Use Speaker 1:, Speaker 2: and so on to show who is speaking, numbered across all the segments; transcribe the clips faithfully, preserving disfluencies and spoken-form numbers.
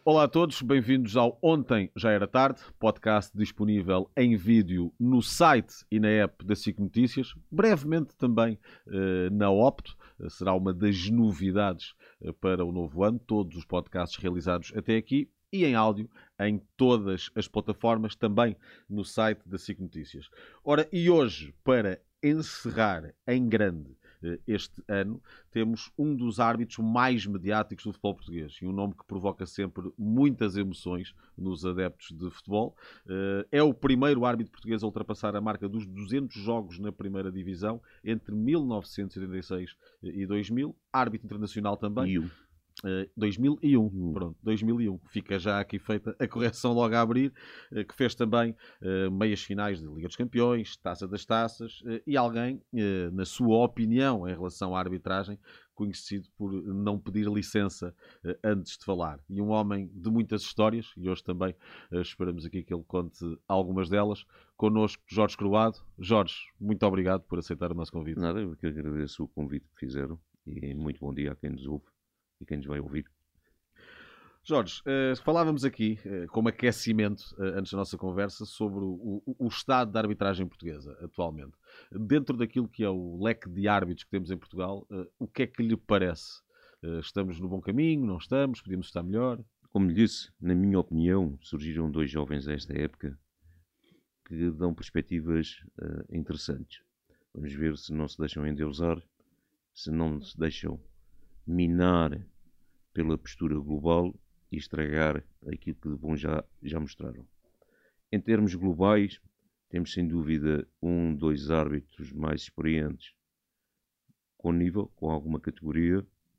Speaker 1: Olá a todos, bem-vindos ao Ontem Já Era Tarde, podcast disponível em vídeo no site e na app da S I C Notícias, brevemente também eh, na Opto, será uma das novidades eh, para o novo ano, todos os podcasts realizados até aqui e em áudio em todas as plataformas, também no site da S I C Notícias. Ora, e hoje, para encerrar em grande este ano, temos um dos árbitros mais mediáticos do futebol português e um nome que provoca sempre muitas emoções nos adeptos de futebol. É o primeiro árbitro português a ultrapassar a marca dos duzentos jogos na primeira divisão entre mil novecentos e oitenta e seis e dois mil. Árbitro internacional também.
Speaker 2: E um.
Speaker 1: Uh, dois mil e um, hum. Pronto, dois mil e um. Fica já aqui feita a correção logo a abrir, uh, que fez também uh, meias finais de Liga dos Campeões, Taça das Taças, uh, e alguém, uh, na sua opinião em relação à arbitragem, conhecido por não pedir licença uh, antes de falar. E um homem de muitas histórias, e hoje também uh, esperamos aqui que ele conte algumas delas. Connosco, Jorge Croado. Jorge, muito obrigado por aceitar o nosso convite.
Speaker 2: Nada, eu que agradeço o convite que fizeram e muito bom dia a quem nos ouve e quem nos vai ouvir.
Speaker 1: Jorge, uh, falávamos aqui, uh, como aquecimento, uh, antes da nossa conversa, sobre o, o, o estado da arbitragem portuguesa, atualmente. Dentro daquilo que é o leque de árbitros que temos em Portugal, uh, o que é que lhe parece? Uh, estamos no bom caminho? Não estamos? Podíamos estar melhor?
Speaker 2: Como lhe disse, na minha opinião, surgiram dois jovens a esta época que dão perspectivas uh, interessantes. Vamos ver se não se deixam endeusar, se não se deixam minar pela postura global e estragar aquilo que de bom já, já mostraram. Em termos globais, temos sem dúvida um, dois árbitros mais experientes, com nível, com alguma categoria.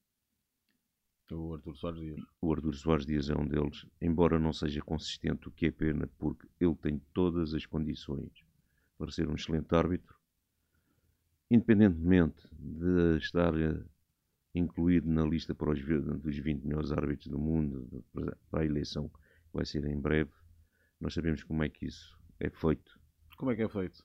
Speaker 1: O Artur Soares Dias.
Speaker 2: O Artur Soares Dias é um deles, embora não seja consistente, o que é pena, porque ele tem todas as condições para ser um excelente árbitro, independentemente de estar incluído na lista para os, dos vinte melhores árbitros do mundo, para a eleição que vai ser em breve. Nós sabemos como é que isso é feito.
Speaker 1: Como é que é feito?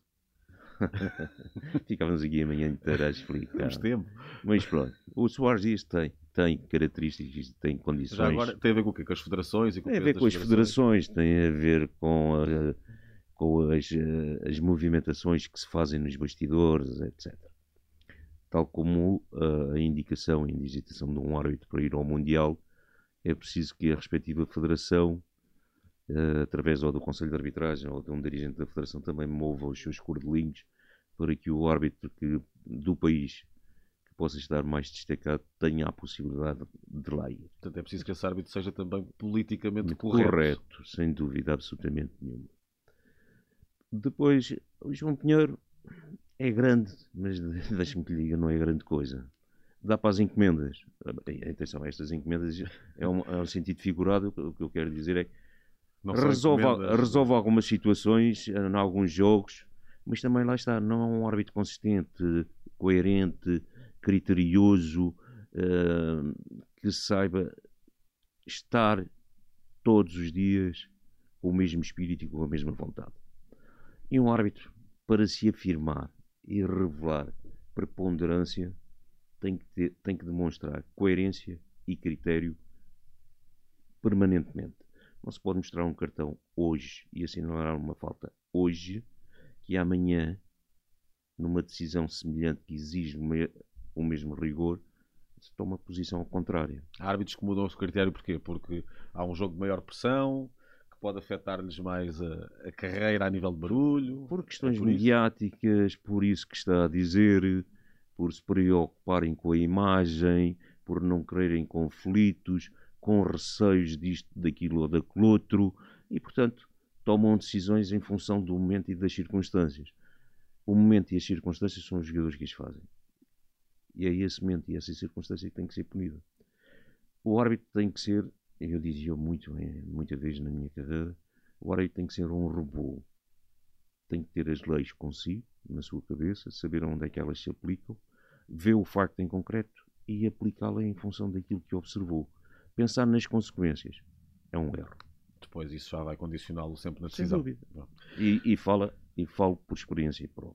Speaker 2: Ficávamos aqui a manhã inteira a explicar.
Speaker 1: Temos tempo.
Speaker 2: Mas pronto, o Soares diz tem, tem características, tem condições.
Speaker 1: Já agora tem a ver com o quê? Com as federações? E com
Speaker 2: tem a ver com as federações, tem a ver com, a, com as, as movimentações que se fazem nos bastidores, etcétera. Tal como uh, a indicação e indigitação de um árbitro para ir ao Mundial, é preciso que a respectiva federação, uh, através ou do Conselho de Arbitragem ou de um dirigente da federação, também mova os seus cordelinhos para que o árbitro que, do país que possa estar mais destacado tenha a possibilidade de lá ir.
Speaker 1: Portanto, é preciso que esse árbitro seja também politicamente correto.
Speaker 2: Correto, sem dúvida absolutamente nenhuma. Depois, o João Pinheiro é grande, mas deixe-me que lhe diga, não é grande coisa. Dá para as encomendas. Atenção, estas encomendas é um, é um sentido figurado. O que eu quero dizer é que resolve, resolve algumas situações em alguns jogos, mas também lá está, não é um árbitro consistente, coerente, criterioso, uh, que saiba estar todos os dias com o mesmo espírito e com a mesma vontade. E um árbitro, para se afirmar e revelar preponderância, tem que, ter, tem que demonstrar coerência e critério permanentemente. Não se pode mostrar um cartão hoje e assinalar uma falta hoje, que amanhã, numa decisão semelhante que exige o mesmo rigor, se toma posição contrária.
Speaker 1: Há árbitros que mudam o critério porquê? Porque há um jogo de maior pressão, pode afetar-lhes mais a, a carreira a nível de barulho.
Speaker 2: Por questões é por mediáticas, por isso que está a dizer, por se preocuparem com a imagem, por não quererem conflitos, com receios disto, daquilo ou daquele outro, e portanto tomam decisões em função do momento e das circunstâncias. O momento e as circunstâncias são os jogadores que as fazem. E é esse momento e essa circunstância que tem que ser punida. O árbitro tem que ser, eu dizia muito, muitas vezes na minha carreira, o árbitro tem que ser um robô. Tem que ter as leis consigo, na sua cabeça, saber onde é que elas se aplicam, ver o facto em concreto e aplicá-la em função daquilo que observou. Pensar nas consequências é um erro.
Speaker 1: Depois isso já vai condicioná-lo sempre na decisão.
Speaker 2: Sem dúvida. E, e, fala, e falo por experiência própria.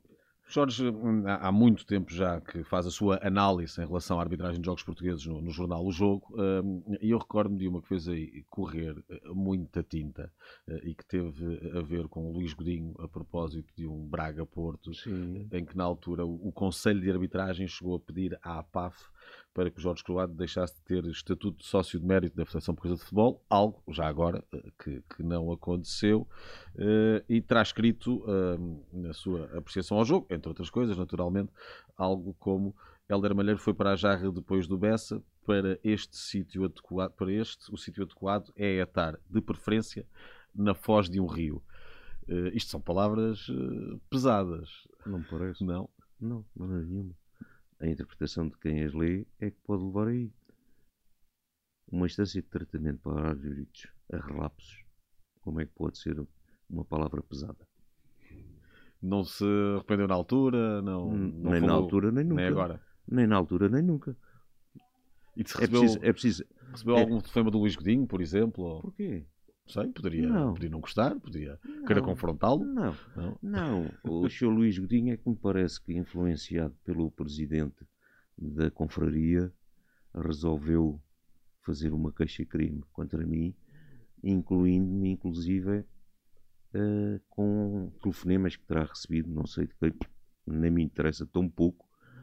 Speaker 1: Jorge, há muito tempo já que faz a sua análise em relação à arbitragem de jogos portugueses no, no jornal O Jogo, e eu recordo-me de uma que fez aí correr muita tinta e que teve a ver com o Luís Godinho a propósito de um Braga-Porto, em que na altura o, o Conselho de Arbitragem chegou a pedir à A P A F para que o Jorge Croado deixasse de ter estatuto de sócio de mérito da Federação Portuguesa de Futebol, algo, já agora, que, que não aconteceu, e terá escrito na sua apreciação ao jogo, entre outras coisas, naturalmente, algo como: Hélder Malheiro foi para a Jarra depois do Bessa, para este sítio adequado, para este, o sítio adequado é estar, de preferência, na foz de um rio. Uh, isto são palavras uh, pesadas.
Speaker 2: Não me parece.
Speaker 1: Não?
Speaker 2: Não, de maneira nenhuma. A interpretação de quem as lê é que pode levar aí. Uma instância de tratamento para árbitros a relapsos, como é que pode ser uma palavra pesada?
Speaker 1: Não se arrependeu na altura? Não, não
Speaker 2: nem
Speaker 1: falou,
Speaker 2: na altura, nem nunca.
Speaker 1: Nem agora?
Speaker 2: Nem na altura, nem nunca.
Speaker 1: E te recebeu,
Speaker 2: é preciso, é preciso,
Speaker 1: recebeu
Speaker 2: é...
Speaker 1: algum telefonema do Luís Godinho, por exemplo? Ou...
Speaker 2: Porquê?
Speaker 1: Sei, poderia não, poderia não gostar, podia
Speaker 2: não,
Speaker 1: querer confrontá-lo.
Speaker 2: Não, não, não. O senhor Luís Godinho é que me parece que, influenciado pelo presidente da confraria, resolveu fazer uma queixa-crime contra mim, incluindo-me, inclusive, uh, com telefonemas que terá recebido, não sei de quem, nem me interessa tão pouco,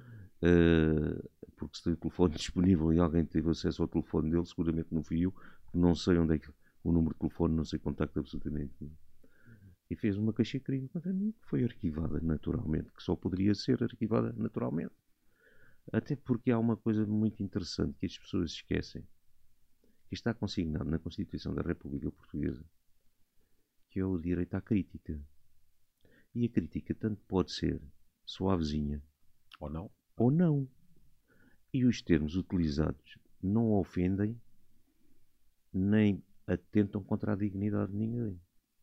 Speaker 2: uh, porque se tem o telefone disponível e alguém teve acesso ao telefone dele, seguramente não fui eu, não sei onde é que o número de telefone, não sei contacto absolutamente nenhum. E fez uma queixa-crime contra mim, que foi arquivada naturalmente, que só poderia ser arquivada naturalmente. Até porque há uma coisa muito interessante que as pessoas esquecem, que está consignado na Constituição da República Portuguesa, que é o direito à crítica. E a crítica tanto pode ser suavezinha,
Speaker 1: ou não,
Speaker 2: ou não. E os termos utilizados não ofendem, nem atentam contra a dignidade de ninguém.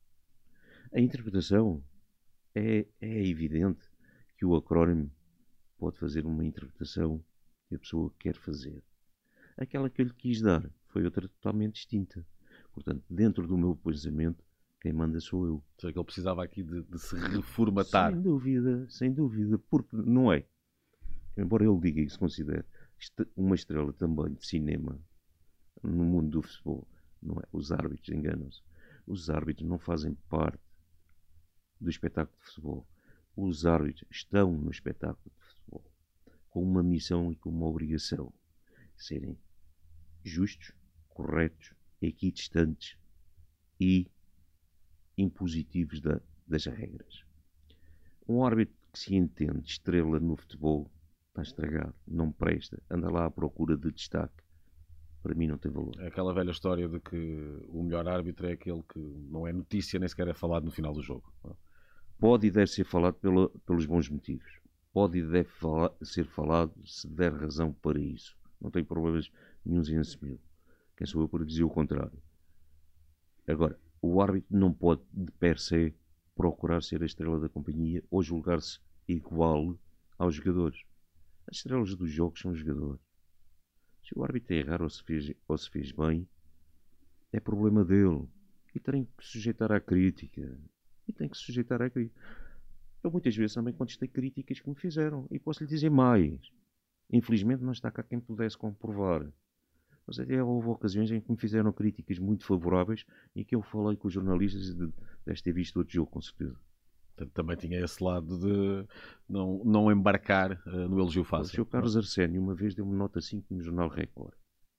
Speaker 2: A interpretação é, é evidente que o acrónimo pode fazer uma interpretação que a pessoa quer fazer. Aquela que eu lhe quis dar foi outra totalmente distinta. Portanto, dentro do meu pensamento, quem manda sou eu.
Speaker 1: Será que ele precisava aqui de, de se reformatar?
Speaker 2: Sem dúvida, sem dúvida, porque não é. Embora ele diga que se considere uma estrela também de cinema no mundo do futebol, não é? Os árbitros enganam-se. Os árbitros não fazem parte do espetáculo de futebol. Os árbitros estão no espetáculo de futebol com uma missão e com uma obrigação: serem justos, corretos, equidistantes e impositivos da, das regras. Um árbitro que se entende estrela no futebol está estragado, não presta, anda lá à procura de destaque. Para mim não tem valor.
Speaker 1: É aquela velha história de que o melhor árbitro é aquele que não é notícia, nem sequer é falado no final do jogo.
Speaker 2: Pode e deve ser falado pelo, pelos bons motivos. Pode e deve fala, ser falado se der razão para isso. Não tem problemas nenhuns em assumi-lo. Quem sou eu para dizer o contrário? Agora, o árbitro não pode, de per se, procurar ser a estrela da companhia ou julgar-se igual aos jogadores. As estrelas dos jogos são os jogadores. Se o árbitro errar ou se, fez, ou se fez bem, é problema dele. E tem que se sujeitar à crítica. E tem que se sujeitar à crítica. Eu muitas vezes também contestei críticas que me fizeram. E posso lhe dizer mais. Infelizmente não está cá quem pudesse comprovar. Mas até houve ocasiões em que me fizeram críticas muito favoráveis e que eu falei com os jornalistas e de, deste ter visto outro jogo, com certeza.
Speaker 1: Também tinha esse lado de não, não embarcar uh, no elogio fácil.
Speaker 2: O senhor Carlos Arsénio uma vez deu-me nota cinco no jornal Record.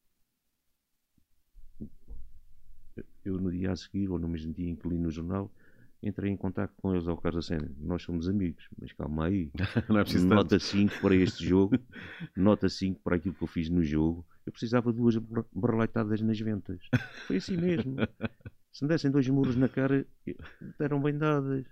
Speaker 2: Eu no dia a seguir, ou no mesmo dia em que li no jornal, entrei em contato com eles ao Carlos Arsénio. Nós somos amigos, mas calma aí.
Speaker 1: Não é preciso
Speaker 2: nota
Speaker 1: tanto.
Speaker 2: cinco para este jogo, nota cinco para aquilo que eu fiz no jogo. Eu precisava de duas barraleitadas nas ventas. Foi assim mesmo. Se me dessem dois muros na cara, deram bem dadas.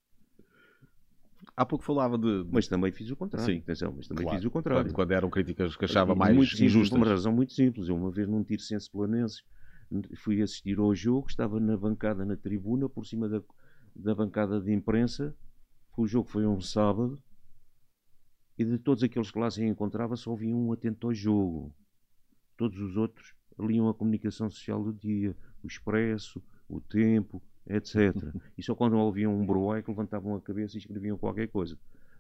Speaker 1: Há pouco falava de...
Speaker 2: Mas também fiz o contrário.
Speaker 1: Sim,
Speaker 2: atenção, mas também
Speaker 1: claro,
Speaker 2: fiz o contrário.
Speaker 1: Quando, quando eram críticas que achava mais
Speaker 2: muito simples,
Speaker 1: injustas.
Speaker 2: Por uma razão muito simples. Eu uma vez num Tirsense Planense fui assistir ao jogo, estava na bancada, na tribuna, por cima da, da bancada de imprensa. O jogo foi um sábado e de todos aqueles que lá se encontrava só havia um atento ao jogo. Todos os outros liam a comunicação social do dia, o Expresso, o Tempo, etcétera. E só quando ouviam um broai que levantavam a cabeça e escreviam qualquer coisa.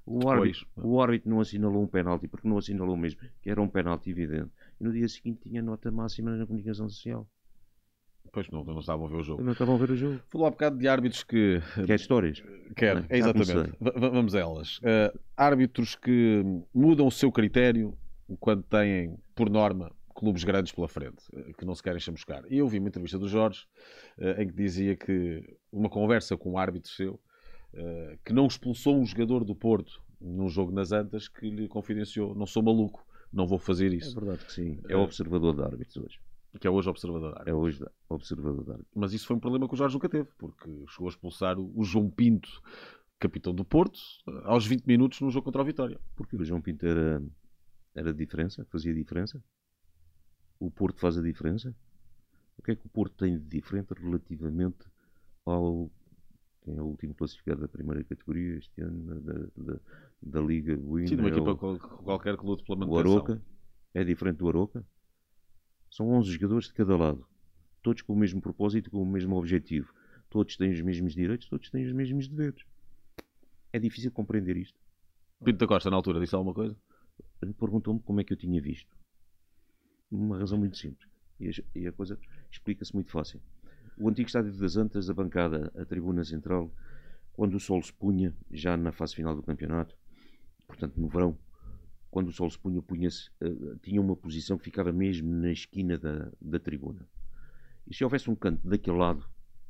Speaker 2: O
Speaker 1: Depois,
Speaker 2: árbitro, o árbitro não assinalou um penalti, porque não assinalou mesmo, que era um penalti evidente. E no dia seguinte tinha nota máxima na comunicação social.
Speaker 1: depois não, não estavam a ver o jogo.
Speaker 2: Não estavam a ver o jogo.
Speaker 1: Falou há bocado de árbitros que...
Speaker 2: Quer histórias?
Speaker 1: Quero,
Speaker 2: Não,
Speaker 1: é,
Speaker 2: já
Speaker 1: exatamente.
Speaker 2: comecei.
Speaker 1: V- vamos a elas. Uh, árbitros que mudam o seu critério quando têm, por norma, clubes grandes pela frente, uh, que não se querem chamuscar. E eu vi uma entrevista do Jorge uh, em que dizia que uma conversa com um árbitro seu uh, que não expulsou um jogador do Porto num jogo nas Antas, que lhe confidenciou: não sou maluco, não vou fazer
Speaker 2: É
Speaker 1: isso.
Speaker 2: verdade que sim. É o observador de árbitros hoje.
Speaker 1: Que é hoje observador de árbitros.
Speaker 2: É hoje o observador de árbitros.
Speaker 1: Mas isso foi um problema que o Jorge nunca teve, porque chegou a expulsar o, o João Pinto, capitão do Porto, aos vinte minutos no jogo contra o Vitória.
Speaker 2: Porque o João Pinto era, era diferença, fazia diferença. O Porto faz a diferença. O que é que o Porto tem de diferente relativamente ao... Quem é o último classificado da primeira categoria este ano da, da, da Liga Buina?
Speaker 1: Sim, de uma
Speaker 2: é
Speaker 1: equipa
Speaker 2: o,
Speaker 1: qual- qualquer que lute pela
Speaker 2: o
Speaker 1: manutenção.
Speaker 2: Aroca. É diferente do Aroca. São onze jogadores de cada lado. Todos com o mesmo propósito, com o mesmo objetivo. Todos têm os mesmos direitos, todos têm os mesmos deveres. É difícil compreender isto.
Speaker 1: Pinto da Costa, na altura, disse alguma coisa?
Speaker 2: Ele perguntou-me como é que eu tinha visto. Uma razão muito simples. E a, e a coisa explica-se muito fácil. O antigo estádio das Antas, a bancada, a tribuna central, quando o sol se punha, já na fase final do campeonato, portanto no verão, quando o sol se punha, punha-se, uh, tinha uma posição que ficava mesmo na esquina da, da tribuna. E se houvesse um canto daquele lado,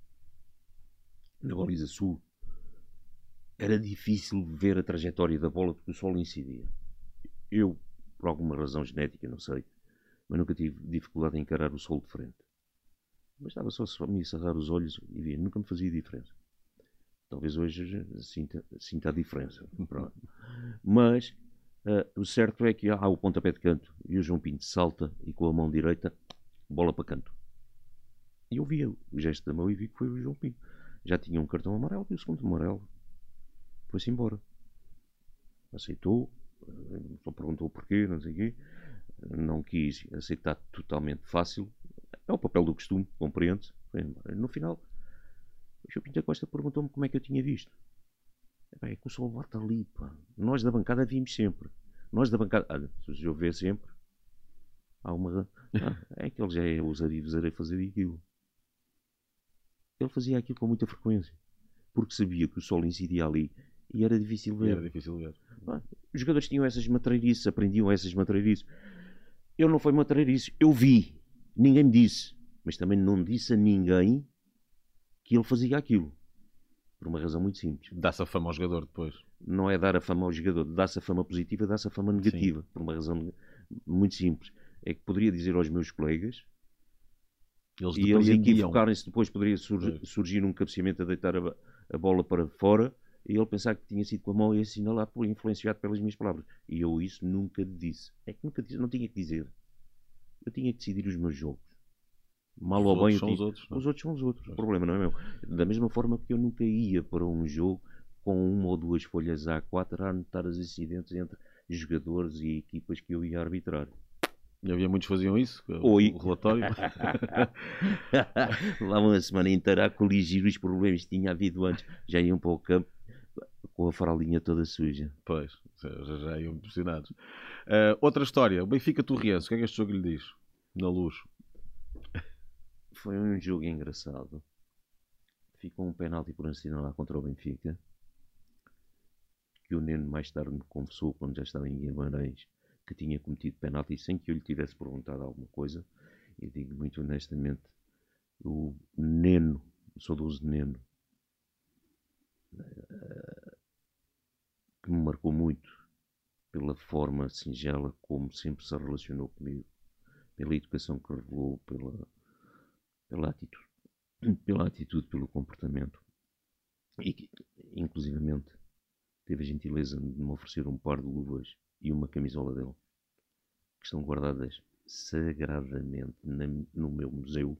Speaker 2: na baliza sul, era difícil ver a trajetória da bola porque o sol incidia. Eu, por alguma razão genética, não sei, mas nunca tive dificuldade em encarar o sol de frente. Mas estava só a me cerrar os olhos e via, nunca me fazia diferença. Talvez hoje sinta, sinta a diferença. Pronto. Mas uh, o certo é que há o pontapé de canto e o João Pinto salta e com a mão direita, bola para canto. E eu via o gesto da mão e vi que foi o João Pinto. Já tinha um cartão amarelo e o segundo amarelo foi-se embora. Aceitou, só perguntou porquê, não sei o quê. Não quis aceitar totalmente fácil. É o papel do costume, compreende-se. No final, o João Pinto da Costa perguntou-me como é que eu tinha visto. É que o sol bate ali, pá. Nós da bancada vimos sempre. Nós da bancada... Ah, se eu ver sempre, há uma... Ah, é que ele já é ousaria a fazer aquilo. Ele fazia aquilo com muita frequência. Porque sabia que o sol incidia ali e era difícil ver.
Speaker 1: E era difícil ver.
Speaker 2: Ah, os jogadores tinham essas matreirices, aprendiam essas matreirices. Eu não fui matreirice, eu vi. Ninguém me disse. Mas também não disse a ninguém que ele fazia aquilo. Por uma razão muito simples.
Speaker 1: Dá-se a fama ao jogador depois.
Speaker 2: Não é dar a fama ao jogador. Dá-se a fama positiva, dá-se a fama negativa.
Speaker 1: Sim.
Speaker 2: Por uma razão muito simples. É que poderia dizer aos meus colegas
Speaker 1: Eles
Speaker 2: e eles
Speaker 1: depreendiam.
Speaker 2: equivocarem-se, depois poderia surgir, surgir um cabeceamento a deitar a, a bola para fora e ele pensar que tinha sido com a mão e assinalar por influenciado pelas minhas palavras. E eu isso nunca disse. É que nunca disse, não tinha que dizer. Eu tinha que decidir os meus jogos. Mal
Speaker 1: Os
Speaker 2: ou bem,
Speaker 1: outros são
Speaker 2: tinha...
Speaker 1: os outros, não?
Speaker 2: Os outros são os outros. O problema não é meu. Da mesma forma que eu nunca ia para um jogo com uma ou duas folhas A quatro a anotar os incidentes entre jogadores e equipas que eu ia arbitrar.
Speaker 1: E havia muitos que faziam isso,
Speaker 2: Oi.
Speaker 1: o relatório.
Speaker 2: Lá uma semana inteira a coligir os problemas que tinha havido antes. Já iam para o campo com a faraldinha toda suja.
Speaker 1: Pois, já, já iam impressionados. Uh, outra história, o Benfica Torriense, o que é que este jogo lhe diz? Na Luz.
Speaker 2: Foi um jogo engraçado. Ficou um penalti por assinalar contra o Benfica, que o Neno mais tarde me confessou, quando já estava em Guimarães, que tinha cometido penalti sem que eu lhe tivesse perguntado alguma coisa. E digo muito honestamente, o Neno, o saudoso Neno, que me marcou muito pela forma singela como sempre se relacionou comigo, pela educação que revelou, pela, pela atitude, pela atitude, pelo comportamento, e que, inclusivamente, teve a gentileza de me oferecer um par de luvas e uma camisola dele, que estão guardadas sagradamente na, no meu museu.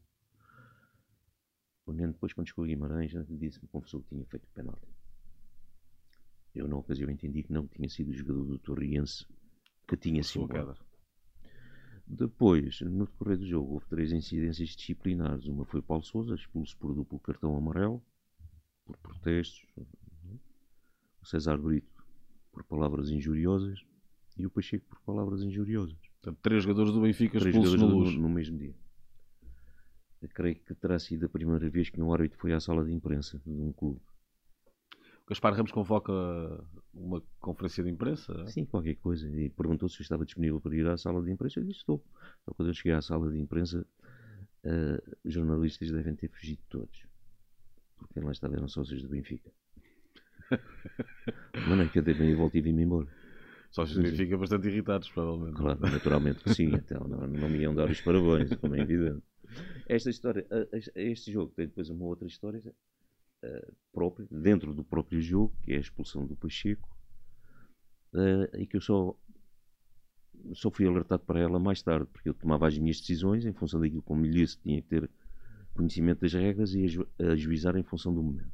Speaker 2: O Neno, depois, quando chegou a Guimarães, disse-me, confessou que tinha feito penalti. Eu, na ocasião, entendi que não tinha sido o jogador do Torriense que tinha sido. Depois, no decorrer do jogo, houve três incidências disciplinares. Uma foi Paulo Sousa, expulso por duplo cartão amarelo, por protestos. O César Brito, por palavras injuriosas e o Pacheco por palavras injuriosas.
Speaker 1: Portanto, três jogadores do Benfica
Speaker 2: Três
Speaker 1: expulsos no
Speaker 2: jogadores
Speaker 1: Luz.
Speaker 2: no, no mesmo dia. Eu creio que terá sido a primeira vez que um árbitro foi à sala de imprensa de um clube.
Speaker 1: O Gaspar Ramos convoca uma conferência de imprensa? É?
Speaker 2: Sim, qualquer coisa. E perguntou se eu estava disponível para ir à sala de imprensa. Eu disse, estou. Então, quando eu cheguei à sala de imprensa, uh, os jornalistas devem ter fugido todos. Porque quem lá estava eram sócios do Benfica. Mas não é que eu dei meia volta e vim-me embora.
Speaker 1: Sócios do Benfica bastante irritados, provavelmente.
Speaker 2: Claro, naturalmente que sim. Então, não, não me iam dar os parabéns, como é evidente. Esta história, este jogo tem depois uma outra história uh, própria, dentro do próprio jogo, que é a expulsão do Pacheco, uh, e que eu só, só fui alertado para ela mais tarde, porque eu tomava as minhas decisões em função daquilo como lhe disse, tinha que ter conhecimento das regras e ajuizar em função do momento.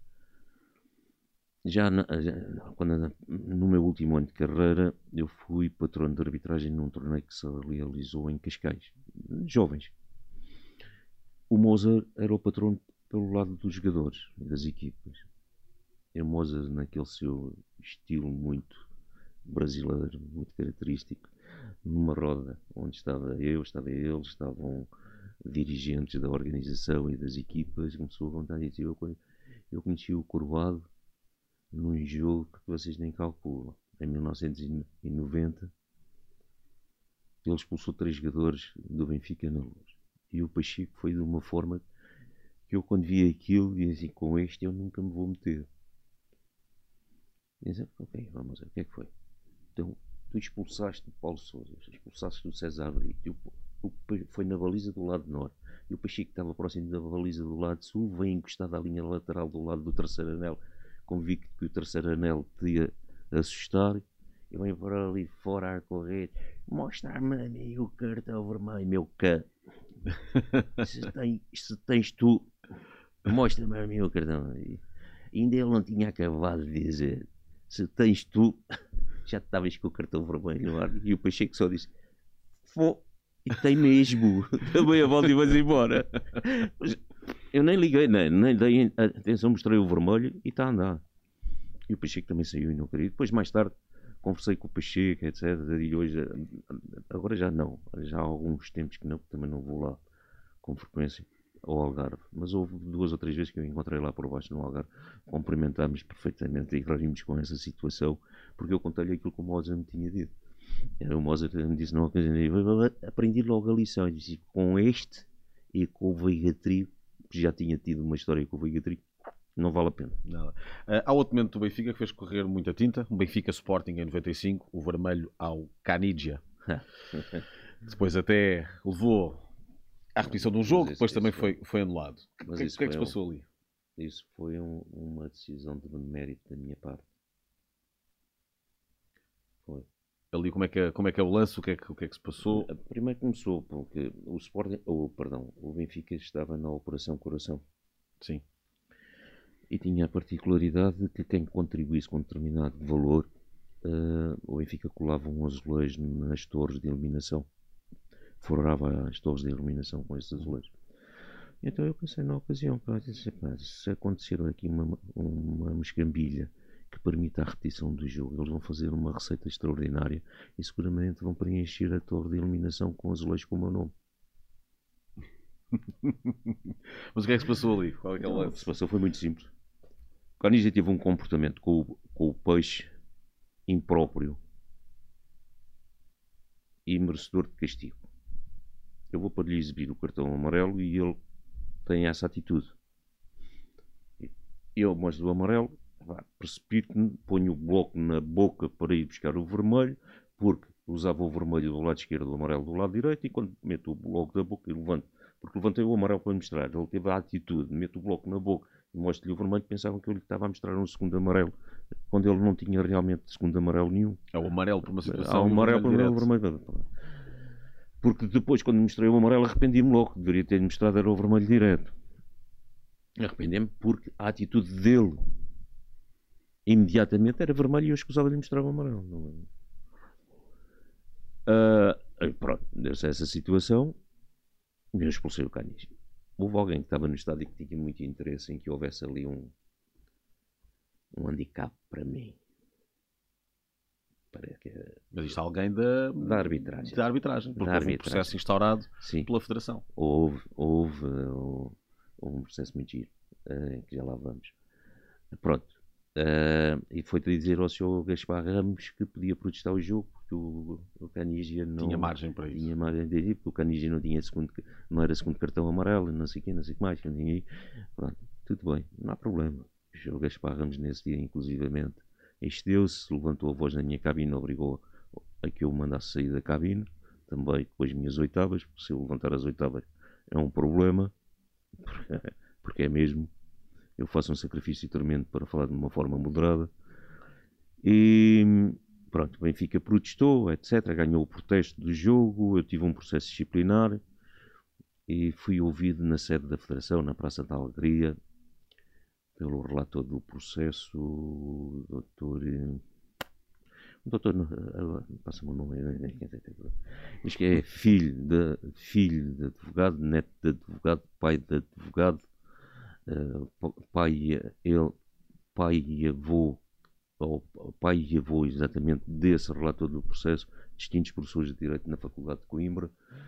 Speaker 2: Já, na, já quando, no meu último ano de carreira, eu fui patrono de arbitragem num torneio que se realizou em Cascais, jovens. O Mozart era o patrono pelo lado dos jogadores e das equipas. E o Mozart, naquele seu estilo muito brasileiro, muito característico, numa roda onde estava eu, estava ele, estavam dirigentes da organização e das equipas, começou a contar e dizer, eu, eu conheci o Corvoado num jogo que vocês nem calculam, em mil novecentos e noventa, ele expulsou três jogadores do Benfica na Luz. E o Pacheco foi de uma forma que eu, quando vi aquilo, disse assim, com este eu nunca me vou meter. E disse, ok, vamos ver, o que é que foi? Então, tu expulsaste o Paulo Sousa, expulsaste o César Brito, foi na baliza do lado norte, e o Pacheco estava próximo da baliza do lado sul, vem encostado à linha lateral do lado do terceiro anel, convicto que o terceiro anel te ia assustar, e vem para ali fora a correr, mostra-me a mim o cartão vermelho, meu cã. Se, tem, se tens tu, mostra-me a mim o cartão. E ainda ele não tinha acabado de dizer, se tens tu, já estavas com o cartão vermelho no ar. E o Pacheco só disse, fô, e tem mesmo. Também a volta e vais embora. Mas eu nem liguei, nem, nem dei atenção, mostrei o vermelho e está a andar. E o Pacheco também saiu e não queria. Depois, mais tarde, conversei com o Pacheco, etcétera. E hoje, agora já não, já há alguns tempos que não, porque também não vou lá com frequência ao Algarve. Mas houve duas ou três vezes que eu encontrei lá por baixo no Algarve. Cumprimentámos perfeitamente e rimos com essa situação, porque eu contei-lhe aquilo que o Mozart me tinha dito. O Mozart me disse numa ocasião, aprendi logo a lição. Eu disse, com este e com o Veiga Trigo, que já tinha tido uma história com o Veiga Trigo, não vale a pena.
Speaker 1: Nada. Uh, há outro momento do Benfica que fez correr muita tinta. O Benfica Sporting em noventa e cinco, o vermelho ao Canidia. Depois até levou à repetição de um jogo,
Speaker 2: esse,
Speaker 1: depois também
Speaker 2: esse
Speaker 1: foi, foi anulado. O que, que, que é que se
Speaker 2: um,
Speaker 1: passou ali?
Speaker 2: Isso foi um, uma decisão de mérito da minha parte. Foi.
Speaker 1: Ali como é que é, como é, que é o lance? O que é que, o que é que se passou?
Speaker 2: Primeiro começou porque o Sporting, ou, perdão, o Benfica estava na Operação Coração.
Speaker 1: Sim.
Speaker 2: E tinha a particularidade de que quem contribuísse com determinado valor, uh, o Benfica colava um azulejo nas torres de iluminação. Forrava as torres de iluminação com esses azulejos. Então eu pensei na ocasião, pá, disse, pá, se acontecer aqui uma, uma mescambilha que permita a repetição do jogo, eles vão fazer uma receita extraordinária e seguramente vão preencher a torre de iluminação com azulejos com o meu nome.
Speaker 1: Mas o que é que se passou ali? Qual é que é o lance?
Speaker 2: O que se passou foi muito simples. O Canidia teve um comportamento com o, com o peixe impróprio e merecedor de castigo. Eu vou para lhe exibir o cartão amarelo e ele tem essa atitude. Eu mostro o amarelo, precipito-me, ponho o bloco na boca para ir buscar o vermelho, porque usava o vermelho do lado esquerdo, o amarelo do lado direito, e quando meto o bloco da boca, eu levanto. Porque levantei o amarelo para mostrar. Ele teve a atitude, meto o bloco na boca e mostro-lhe o vermelho, pensavam que eu lhe estava a mostrar um segundo amarelo, quando ele não tinha realmente segundo amarelo nenhum.
Speaker 1: É o amarelo por uma situação.
Speaker 2: Há o amarelo por uma vermelho. Porque depois, quando mostrei o amarelo, arrependi-me logo. Deveria ter mostrado era o vermelho direto. Arrependi-me porque a atitude dele imediatamente era vermelho e eu escusava de lhe mostrar o amarelo. Uh, pronto, deu-se essa situação e eu expulsei o Canidia. Houve alguém que estava no estádio que tinha muito interesse em que houvesse ali um, um handicap para mim. que é
Speaker 1: Mas isto é alguém da,
Speaker 2: da arbitragem.
Speaker 1: Da arbitragem, porque
Speaker 2: Da
Speaker 1: houve um
Speaker 2: arbitragem.
Speaker 1: processo instaurado
Speaker 2: Sim.
Speaker 1: pela Federação.
Speaker 2: Houve, houve, houve, houve um processo muito giro, uh, que já lá vamos. Pronto. Uh, e foi-te dizer ao senhor Gaspar Ramos que podia protestar o jogo porque o, o Caniggia não
Speaker 1: Tinha margem para isso.
Speaker 2: Tinha margem de ir, porque o Caniggia não tinha segundo, não era segundo cartão amarelo, não sei o quê, não sei o que mais. Não tinha... Pronto, tudo bem, não há problema. O senhor Gaspar Ramos nesse dia, inclusivamente, excedeu-se, levantou a voz na minha cabine, obrigou a que eu o mandasse sair da cabine, também com as minhas oitavas, porque se eu levantar as oitavas é um problema, porque é mesmo. Eu faço um sacrifício tremendo para falar de uma forma moderada. E pronto, o Benfica protestou, etcétera. Ganhou o protesto do jogo. Eu tive um processo disciplinar e fui ouvido na sede da Federação, na Praça da Alegria, pelo relator do processo, o doutor. O doutor. Passa-me o nome. Mas que é filho de, filho de advogado, neto de advogado, pai de advogado. Uh, pai, ele, pai e avô, ou pai e avô exatamente desse relator do processo, distintos professores de Direito na Faculdade de Coimbra.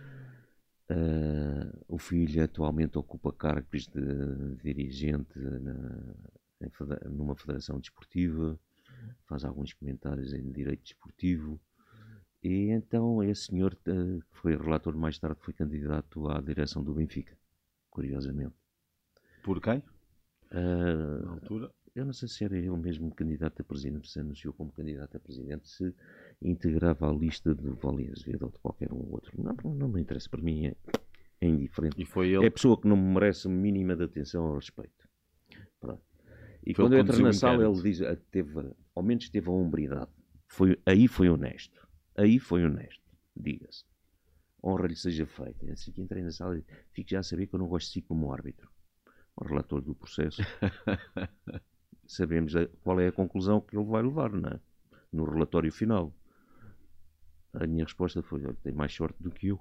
Speaker 2: Uh, o filho atualmente ocupa cargos de dirigente na, em, numa federação desportiva, faz alguns comentários em direito desportivo. E então esse senhor, uh, que foi relator mais tarde, foi candidato à direção do Benfica, curiosamente.
Speaker 1: Por quem?
Speaker 2: Uh,
Speaker 1: Na altura?
Speaker 2: Eu não sei se era ele mesmo candidato a presidente, se anunciou como candidato a presidente, se integrava a lista de Vale Azevedo ou de qualquer um outro. Não, não me interessa, para mim é, é indiferente.
Speaker 1: E foi ele...
Speaker 2: É pessoa que não me merece a mínima de atenção ao respeito. Pronto. E
Speaker 1: foi
Speaker 2: quando eu entro na sala, ele diz, teve, ao menos teve a hombridade. Foi, aí foi honesto. Aí foi honesto, diga-se. Honra-lhe seja feita. Assim que entrei na sala, fico já a saber que eu não gosto de si como árbitro. O relator do processo, sabemos qual é a conclusão que ele vai levar, não é? No relatório final. A minha resposta foi: olha, tem mais sorte do que eu.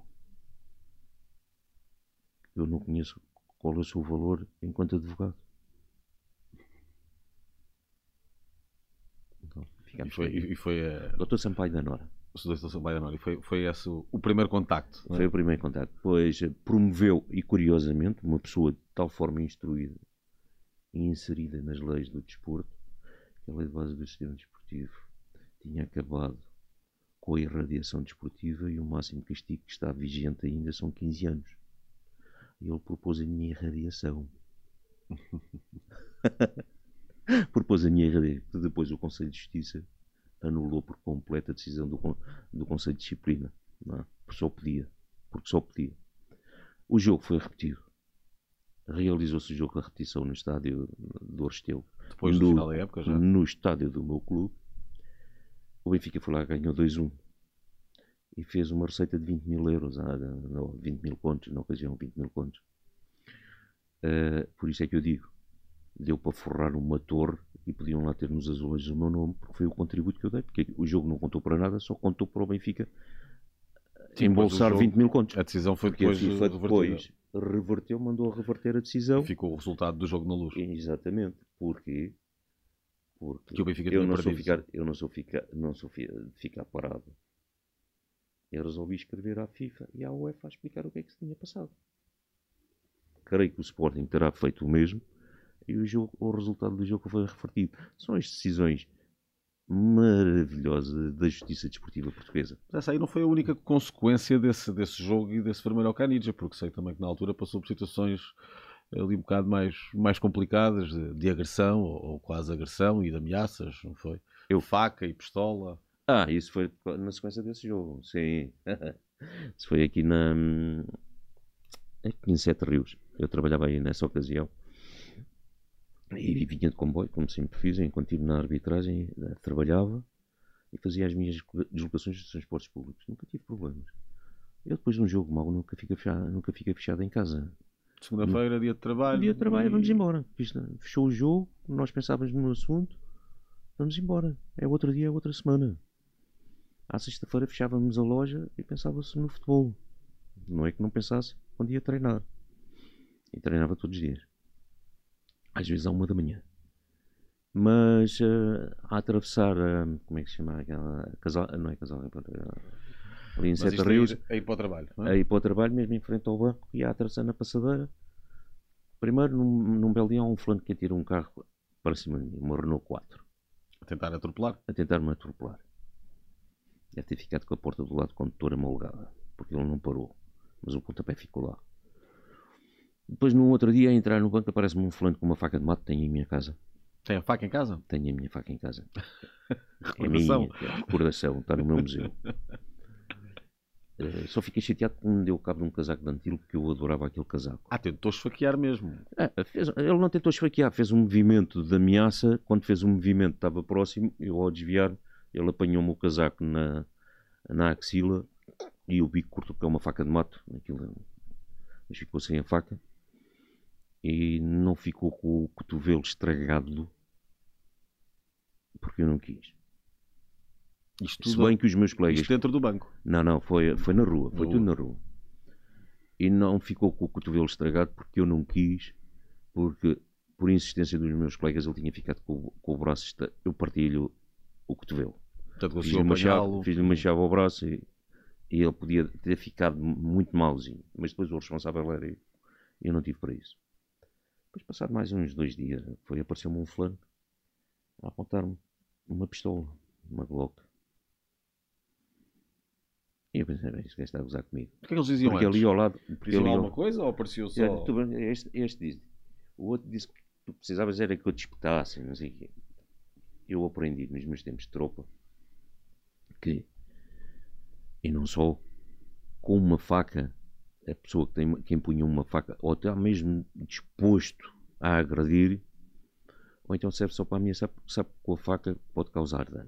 Speaker 2: Eu não conheço qual é o seu valor enquanto advogado. Então,
Speaker 1: e foi, e foi a...
Speaker 2: doutor Sampaio da Nora.
Speaker 1: O doutor Sampaio da Nora. E foi, foi esse o, o primeiro contacto.
Speaker 2: Foi é? o primeiro contacto. Pois promoveu, e curiosamente, uma pessoa de tal forma instruída e inserida nas leis do desporto, que a lei de base do sistema desportivo tinha acabado com a irradiação desportiva e o máximo castigo que está vigente ainda são quinze anos. E ele propôs a minha irradiação. propôs a minha irradiação. Depois o Conselho de Justiça anulou por completo a decisão do, do Conselho de Disciplina. Não é? Porque só podia. Porque só podia. O jogo foi repetido. Realizou-se o jogo da repetição no estádio do Restelo.
Speaker 1: Depois do no, final da época já?
Speaker 2: No estádio do meu clube. O Benfica foi lá e ganhou dois a um. E fez uma receita de vinte mil euros. Ah, não, vinte mil contos. Na ocasião, vinte mil contos. Uh, por isso é que eu digo. Deu para forrar uma torre e podiam lá ter nos azulejos o meu nome, porque foi o contributo que eu dei, porque o jogo não contou para nada, só contou para o Benfica Sim, embolsar jogo, vinte mil contos.
Speaker 1: A decisão foi depois,
Speaker 2: a FIFA depois reverteu, mandou a reverter a decisão.
Speaker 1: E ficou o resultado do jogo na luz.
Speaker 2: Exatamente. Porquê? Porque
Speaker 1: que o Benfica
Speaker 2: eu, não sou ficar, eu não sou ficar, não sou de ficar parado. Eu resolvi escrever à FIFA e à UEFA a explicar o que é que se tinha passado. Creio que o Sporting terá feito o mesmo. E o, jogo, o resultado do jogo foi revertido. São as decisões maravilhosas da justiça desportiva portuguesa.
Speaker 1: Mas essa aí não foi a única consequência desse, desse jogo e desse vermelho ao Caniggia, porque sei também que na altura passou por situações ali um bocado mais, mais complicadas de, de agressão ou, ou quase agressão e de ameaças, não foi? Eu faca e pistola.
Speaker 2: Ah, isso foi na sequência desse jogo, sim. Isso foi aqui na aqui em Sete Rios. Eu trabalhava aí nessa ocasião. E vinha de comboio, como sempre fiz, enquanto estive na arbitragem, trabalhava e fazia as minhas deslocações de transportes públicos. Nunca tive problemas. Eu depois de um jogo mau nunca fica fechado, nunca fica fechado em casa.
Speaker 1: Segunda-feira, dia de trabalho.
Speaker 2: Dia de trabalho,
Speaker 1: e...
Speaker 2: vamos embora. Fechou o jogo, nós pensávamos no assunto, vamos embora. É outro dia, é outra semana. À sexta-feira fechávamos a loja e pensava-se no futebol. Não é que não pensasse quando ia treinar. E treinava todos os dias. Às vezes à uma da manhã. Mas uh, a atravessar, uh, como é que se chama aquela, casal, não é casal, é para, uh, ali em Sete Rios,
Speaker 1: a ir para o trabalho, não é?
Speaker 2: A ir para o trabalho, mesmo em frente ao banco, e a atravessar na passadeira. Primeiro, num, num belo dia, há um fulano que atira um carro para cima de mim, uma Renault quatro.
Speaker 1: A tentar atropelar?
Speaker 2: A tentar-me atropelar. Deve ter ficado com a porta do lado do condutor amolgada, porque ele não parou, mas o pontapé ficou lá. Depois, num outro dia, a entrar no banco, aparece-me um fulano com uma faca de mato, tenho em minha casa.
Speaker 1: Tem a faca em casa?
Speaker 2: Tenho a minha faca em casa.
Speaker 1: Recordação.
Speaker 2: É minha, é recordação, está no meu museu. Uh, só fiquei chateado porque me deu cabo de um casaco de Antilo, porque eu adorava aquele casaco.
Speaker 1: Ah, tentou esfaquear mesmo.
Speaker 2: É, fez, ele não tentou esfaquear, fez um movimento de ameaça. Quando fez um movimento, estava próximo, eu ao desviar, ele apanhou-me o casaco na, na axila e o bico curto, porque é uma faca de mato. Aquilo, mas ficou sem a faca e não ficou com o cotovelo estragado porque eu não quis.
Speaker 1: Isto
Speaker 2: Se
Speaker 1: tudo,
Speaker 2: bem que os meus colegas...
Speaker 1: isto dentro do banco.
Speaker 2: Não, não, foi, foi na rua, foi
Speaker 1: Na
Speaker 2: tudo
Speaker 1: rua.
Speaker 2: na rua. E não ficou com o cotovelo estragado porque eu não quis, porque por insistência dos meus colegas ele tinha ficado com, o- com o braço, estra- eu parti-lhe o, o cotovelo.
Speaker 1: Portanto,
Speaker 2: Fiz-lhe
Speaker 1: conseguiu
Speaker 2: uma, chave,
Speaker 1: apanhá-lo.
Speaker 2: fiz-lhe uma chave ao braço e, e ele podia ter ficado muito mauzinho. Mas depois o responsável era eu. Eu não tive para isso. Depois, passado mais uns dois dias, foi apareceu-me um fulano a apontar-me uma pistola, uma Glock. E eu pensei, bem, este gajo está a gozar comigo.
Speaker 1: O que é que eles diziam
Speaker 2: Porque
Speaker 1: antes?
Speaker 2: ali ao lado... Porque
Speaker 1: Diziam
Speaker 2: ali ao-
Speaker 1: alguma coisa ou apareceu só...
Speaker 2: Olha, tu- este, este diz, o outro disse que tu precisavas era que eu te espetasse, não sei o quê. Eu aprendi nos meus tempos de tropa que, e não só, com uma faca, a pessoa que, tem, que empunha uma faca, ou está mesmo disposto a agredir, ou então serve só para ameaçar, porque sabe que com a faca pode causar dano.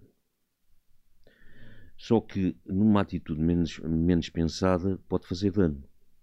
Speaker 2: Só que numa atitude menos, menos pensada pode fazer dano.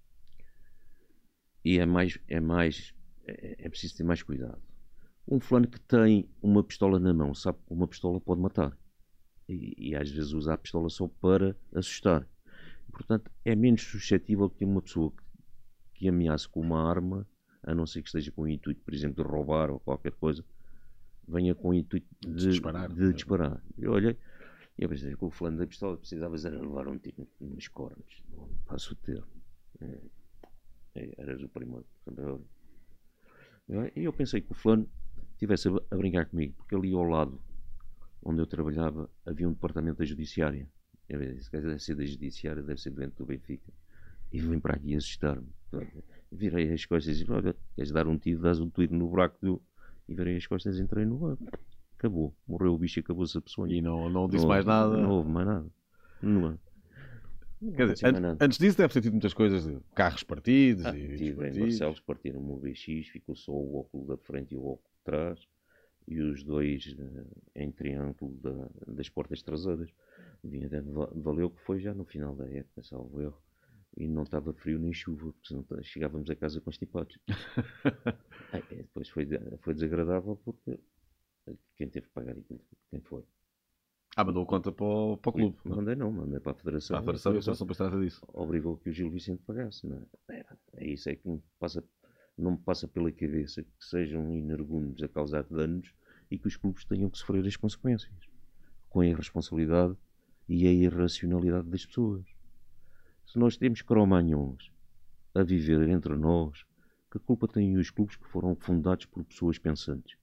Speaker 2: E é mais, é mais, é, é preciso ter mais cuidado. Um fulano que tem uma pistola na mão sabe que uma pistola pode matar. E, e às vezes usa a pistola só para assustar. Portanto, é menos suscetível que uma pessoa que, que ameace com uma arma, a não ser que esteja com o intuito, por exemplo, de roubar ou qualquer coisa, venha com o intuito de,
Speaker 1: De disparar.
Speaker 2: de disparar. Eu olhei, e eu pensei que o fulano da pistola precisava era levar um tiro nos cornos. Passo o termo. É, é, eras o primeiro. E eu pensei que o fulano estivesse a, a brincar comigo, porque ali ao lado, onde eu trabalhava, havia um departamento da judiciária. Eu disse, deve ser da judiciária, deve ser doente do Benfica. E vem para aqui assustar-me. Virei as costas e disse, olha, queres dar um tiro, dás um tiro no buraco do... E virei as costas e entrei no banco. Acabou. Morreu o bicho e acabou-se a pessoa.
Speaker 1: E não, não disse
Speaker 2: Não
Speaker 1: mais
Speaker 2: houve-
Speaker 1: nada.
Speaker 2: Não houve mais nada. Não,
Speaker 1: Quer dizer, an- antes disso deve ter tido muitas coisas de carros partidos
Speaker 2: Ah,
Speaker 1: e
Speaker 2: tive em
Speaker 1: despartidos.
Speaker 2: Barcelos, partiram-me o B X, ficou só o óculo da frente e o óculo de trás, e os dois eh, em triângulo da- das portas traseiras. Vinha, de- va- valeu que foi já no final da época, salvo erro, e não estava frio nem chuva, porque senão t- chegávamos a casa constipados. Ah, é, depois foi, de- foi desagradável porque quem teve que pagar aquilo, quem foi?
Speaker 1: Ah, mandou conta para o, para o clube. não?
Speaker 2: Mandei não, mandei para a Federação.
Speaker 1: Para a Federação e a Federação depois trata disso.
Speaker 2: Obrigou que o Gil Vicente pagasse. Não é? É isso é que me passa, não me passa pela cabeça que sejam energúmenos a causar danos e que os clubes tenham que sofrer as consequências com a irresponsabilidade e a irracionalidade das pessoas. Se nós temos cromanhões a viver entre nós, que culpa têm os clubes que foram fundados por pessoas pensantes?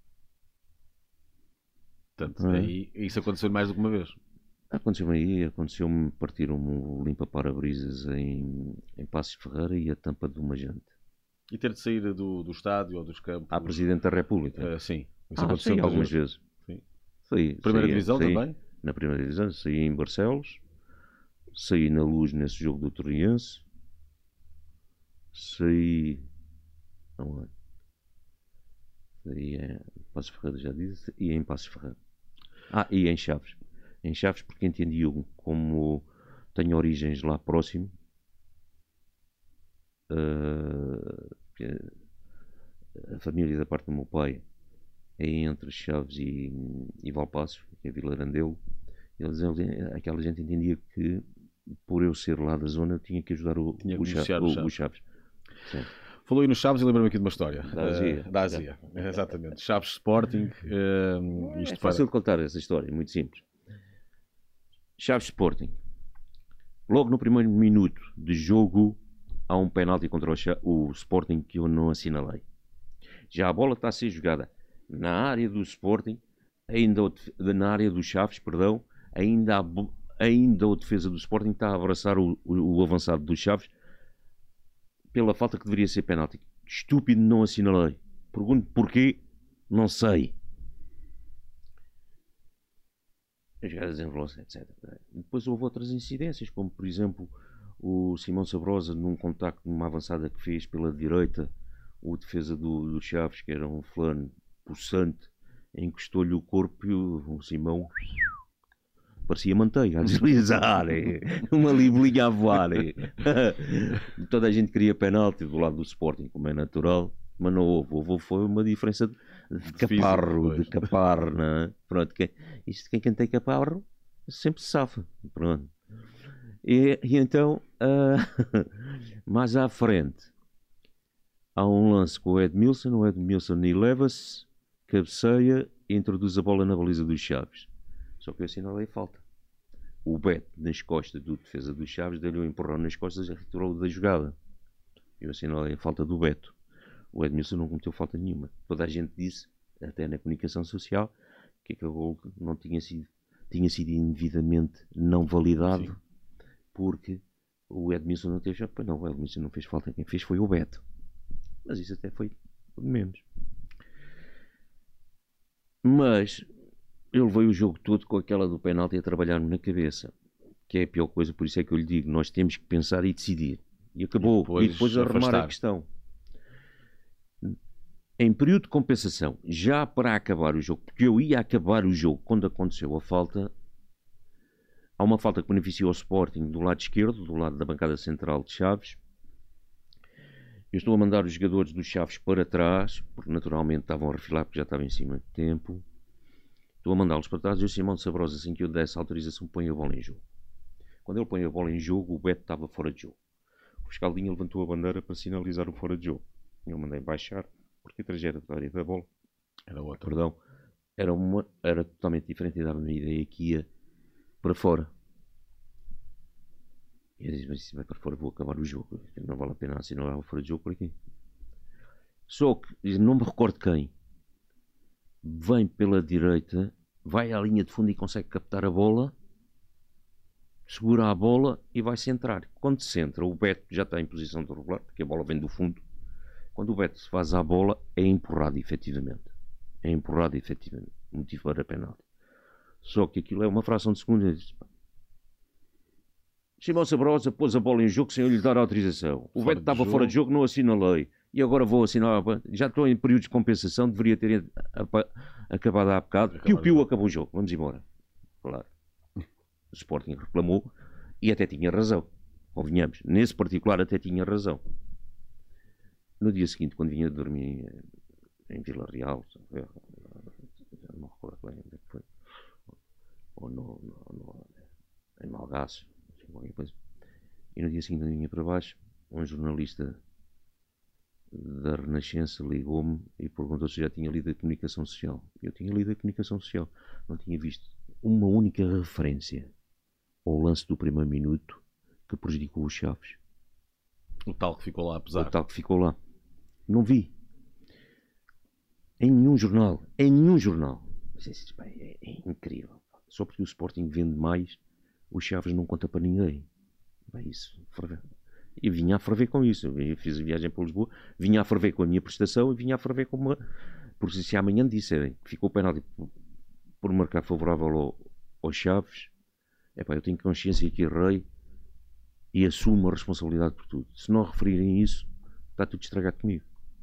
Speaker 1: Portanto,
Speaker 2: Ah.
Speaker 1: aí, isso aconteceu mais do que uma vez.
Speaker 2: Aconteceu-me aí, aconteceu-me partiram-me o limpa-parabrisas em, em Passos Ferreira e a tampa de uma jante.
Speaker 1: E ter de sair do, do estádio ou dos campos.
Speaker 2: À Presidente da República.
Speaker 1: Eh, sim, isso
Speaker 2: Ah,
Speaker 1: aconteceu
Speaker 2: saí
Speaker 1: muitas
Speaker 2: algumas
Speaker 1: vezes.
Speaker 2: vezes.
Speaker 1: Sim.
Speaker 2: Saí,
Speaker 1: Primeira
Speaker 2: saí-
Speaker 1: divisão
Speaker 2: saí
Speaker 1: também?
Speaker 2: Na primeira divisão, saí em Barcelos, saí na Luz nesse jogo do Torriense, saí. Aonde? Saí em Passos Ferreira, já disse, e em Passos Ferreira. Ah, e em Chaves. Em Chaves, porque entendi eu, como tenho origens lá próximo, uh, que a família da parte do meu pai é entre Chaves e, e Valpaços, que é Vila Arandelo. Eles, aquela gente entendia que por eu ser lá da zona eu tinha que ajudar o,
Speaker 1: Tinha que
Speaker 2: o, Cha-
Speaker 1: beneficiar o
Speaker 2: o-
Speaker 1: Chaves.
Speaker 2: o Chaves. Sim.
Speaker 1: Falou aí no Chaves e lembra-me aqui de uma história.
Speaker 2: Da Azia.
Speaker 1: Uh, da Azia, é. Exatamente. Chaves Sporting. Uh, isto
Speaker 2: é fácil
Speaker 1: para...
Speaker 2: de contar essa história, muito simples. Chaves Sporting. Logo no primeiro minuto de jogo, há um penalti contra o, Cha... o Sporting que eu não assinalei. Já a bola está a ser jogada na área do Sporting, ainda o... na área do Chaves, perdão, ainda, a... ainda a defesa do Sporting está a abraçar o, o... o avançado do Chaves pela falta que deveria ser penalti. Estúpido, não assinalei. Pergunto porquê, não sei. As jogadas desenrolou-se, etcétera. Depois houve outras incidências, como por exemplo o Simão Sabrosa, num contacto, numa avançada que fez pela direita, o defesa do, do Chaves, que era um fulano possante, encostou-lhe o corpo e o, o Simão parecia manteiga a deslizar, é. Uma libelinha a voar. É. Toda a gente queria penalti do lado do Sporting, como é natural, mas não houve. Houve foi uma diferença de caparro, de caparro, não é? Pronto, quem, isto quem, quem tem caparro sempre se safa. Pronto. E, e então, uh, mais à frente, há um lance com o Edmilson, o Edmilson eleva-se, cabeceia e introduz a bola na baliza dos Chaves. Só que eu assinalei falta. O Beto, nas costas do defesa dos Chaves, deu-lhe um empurrão nas costas e retirou-o da jogada. Eu assinalei a falta do Beto. O Edmilson não cometeu falta nenhuma. Toda a gente disse, até na comunicação social, que aquele gol não tinha sido, tinha sido indevidamente não validado. Sim. Porque o Edmilson não teve... Não, o Edmilson não fez falta. Quem fez foi o Beto. Mas isso até foi de menos. Mas... eu levei o jogo todo com aquela do penalti a trabalhar-me na cabeça, que é a pior coisa, por isso é que eu lhe digo, nós temos que pensar e decidir. E acabou. E depois, e depois arrumar afastar. A questão. Em período de compensação, já para acabar o jogo, porque eu ia acabar o jogo quando aconteceu a falta, há uma falta que beneficiou o Sporting do lado esquerdo, do lado da bancada central de Chaves. Eu estou a mandar os jogadores dos Chaves para trás, porque naturalmente estavam a refilar, porque já estava em cima de tempo. Estou a mandá-los para trás e o Simão Sabrosa, assim que eu desse a autorização, põe a bola em jogo. Quando ele põe a bola em jogo, o Beto estava fora de jogo. O Fiscaldinho levantou a bandeira para sinalizar o fora de jogo. Eu mandei baixar, porque a trajetória da bola era outra. Perdão, era, uma, era totalmente diferente e dava-me a ideia que ia para fora. E eu disse, mas se vai para fora vou acabar o jogo. Não vale a pena assinalar o fora de jogo por aqui. Só que, não me recordo quem, vem pela direita, vai à linha de fundo e consegue captar a bola, segura a bola e vai centrar. Quando se centra, o Beto já está em posição de regular, porque a bola vem do fundo. Quando o Beto se faz à bola, é empurrado efetivamente. É empurrado efetivamente. Motivo para a penalti. Só que aquilo é uma fração de segundo. Simão Sabrosa pôs a bola em jogo sem eu lhe dar autorização. O Beto estava fora de jogo, não assinalei. E agora vou assinar. Já estou em período de compensação, deveria ter acabado há bocado. Piu-piu, acabou o jogo. Vamos embora. Claro. O Sporting reclamou e até tinha razão. Convenhamos. Nesse particular até tinha razão. No dia seguinte, quando vinha dormir em Vila Real, já não me recordo bem onde é que foi, ou no, no, no, em Malgaço, qualquer coisa. E no dia seguinte, quando vinha para baixo, um jornalista da Renascença ligou-me e perguntou se já tinha lido a comunicação social. Eu tinha lido a comunicação social, não tinha visto uma única referência ao lance do primeiro minuto que prejudicou os Chaves.
Speaker 1: O tal que ficou lá, apesar.
Speaker 2: O tal que ficou lá. Não vi. Em nenhum jornal. Em nenhum jornal. É, é incrível. Só porque o Sporting vende mais, o Chaves não conta para ninguém. Bem, isso. E vinha a ferver com isso. Eu fiz a viagem para Lisboa, vinha a ferver com a minha prestação e vinha a ferver com uma... Porque se amanhã disserem que ficou o penalti por marcar favorável ao, ao Chaves, epá, eu tenho consciência que errei e assumo a responsabilidade por tudo. Se não referirem isso, está tudo estragado comigo.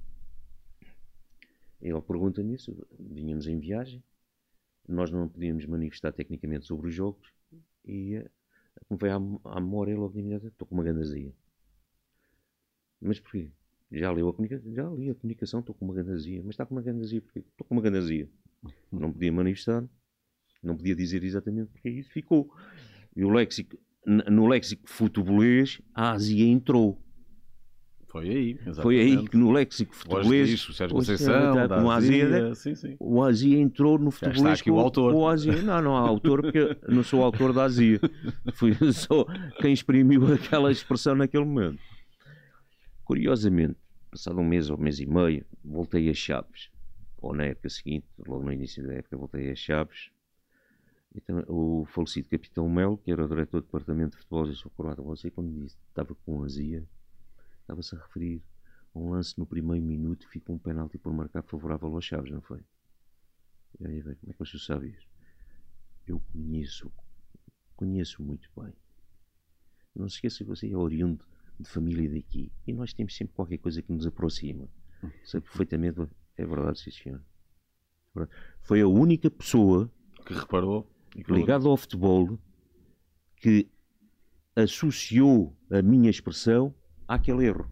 Speaker 2: Ele pergunta-me isso, vínhamos em viagem, nós não podíamos manifestar tecnicamente sobre os jogos e como veio à, à memória logo de imediato, estou com uma gandazia. Mas porquê? Já leu a comunicação? Já li a comunicação, estou com uma gandazia. Mas está com uma gandazia porquê? Estou com uma gandazia. Não podia manifestar, não podia dizer exatamente porque isso ficou. E o léxico, no léxico futebolês, a azia entrou.
Speaker 1: Foi aí, exatamente.
Speaker 2: Foi aí que no léxico futebolês...
Speaker 1: Hoje diz o Sérgio Conceição, da
Speaker 2: com
Speaker 1: Azia,
Speaker 2: Azia,
Speaker 1: sim, sim.
Speaker 2: o Azia entrou no futebolês
Speaker 1: aqui o autor.
Speaker 2: com o Azia. Não, não há autor, porque eu não sou autor da Azia. Fui só quem exprimiu aquela expressão naquele momento. Curiosamente, passado um mês ou um mês e meio, voltei a Chaves. Ou na época seguinte, logo no início da época, voltei a Chaves. E também, o falecido Capitão Melo, que era o diretor do departamento de futebol, eu sou croata, você quando disse que estava com Azia, estava-se a referir a um lance no primeiro minuto, fica um penalti por marcar favorável aos Chaves, não foi? E aí, bem, como é que você sabe isso? Eu conheço, conheço muito bem. Não se esqueça que você é oriundo de família daqui. E nós temos sempre qualquer coisa que nos aproxima. Sei perfeitamente, é verdade, sim senhor. Foi a única pessoa
Speaker 1: que reparou,
Speaker 2: ligada ao futebol, que associou a minha expressão àquele erro.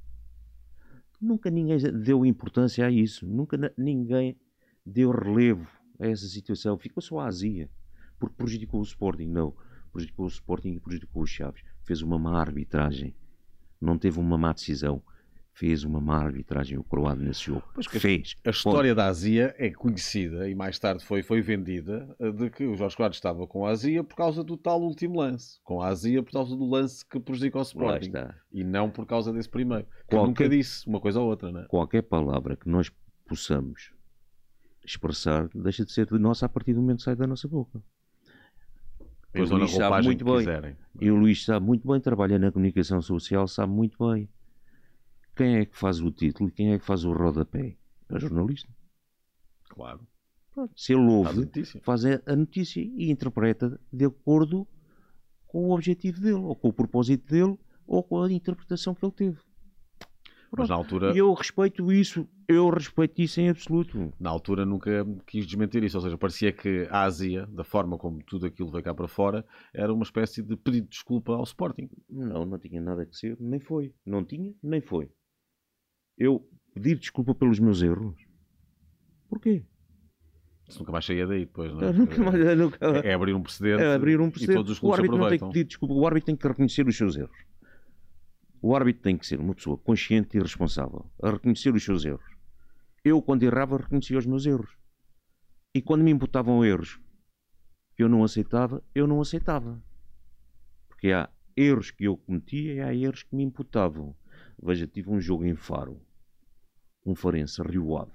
Speaker 2: Nunca ninguém deu importância a isso. Nunca ninguém deu relevo a essa situação. Ficou só a Azia. Porque prejudicou o Sporting. Não. Prejudicou o Sporting e prejudicou os Chaves. Fez uma má arbitragem. Não teve uma má decisão. Fez uma má arbitragem o croado nesse jogo.
Speaker 1: Pois
Speaker 2: fez.
Speaker 1: A história da Azia é conhecida e mais tarde foi, foi vendida de que o Jorge Croado estava com a Azia por causa do tal último lance. Com a Azia por causa do lance que prejudica o Sporting. E não por causa desse primeiro. Que qualquer, nunca disse uma coisa ou outra, não é?
Speaker 2: Qualquer palavra que nós possamos expressar deixa de ser de nossa a partir do momento que sai da nossa boca.
Speaker 1: Pois o Luís sabe muito bem. Quiserem.
Speaker 2: E o Luís sabe muito bem, trabalha na comunicação social, sabe muito bem. Quem é que faz o título e quem é que faz o rodapé? É o jornalista.
Speaker 1: Claro.
Speaker 2: Se ele ouve, faz a notícia e interpreta de acordo com o objetivo dele, ou com o propósito dele, ou com a interpretação que ele teve.
Speaker 1: Mas na altura...
Speaker 2: E eu respeito isso, eu respeito isso em absoluto.
Speaker 1: Na altura nunca quis desmentir isso, ou seja, parecia que a Azia, da forma como tudo aquilo veio cá para fora, era uma espécie de pedido de desculpa ao Sporting.
Speaker 2: Não, não tinha nada que ser, nem foi. Não tinha, nem foi. Eu pedir desculpa pelos meus erros. Porquê?
Speaker 1: Isso nunca mais saía daí depois, não é?
Speaker 2: Nunca mais, nunca...
Speaker 1: É abrir um precedente,
Speaker 2: é abrir um precedente.
Speaker 1: E todos os
Speaker 2: o
Speaker 1: clubes
Speaker 2: árbitro
Speaker 1: aproveitam.
Speaker 2: Não tem que pedir desculpa, o árbitro tem que reconhecer os seus erros. O árbitro tem que ser uma pessoa consciente e responsável a reconhecer os seus erros. Eu, quando errava, reconhecia os meus erros. E quando me imputavam erros que eu não aceitava, eu não aceitava. Porque há erros que eu cometia e há erros que me imputavam. Veja, tive um jogo em Faro, um Farense, Rio Ave.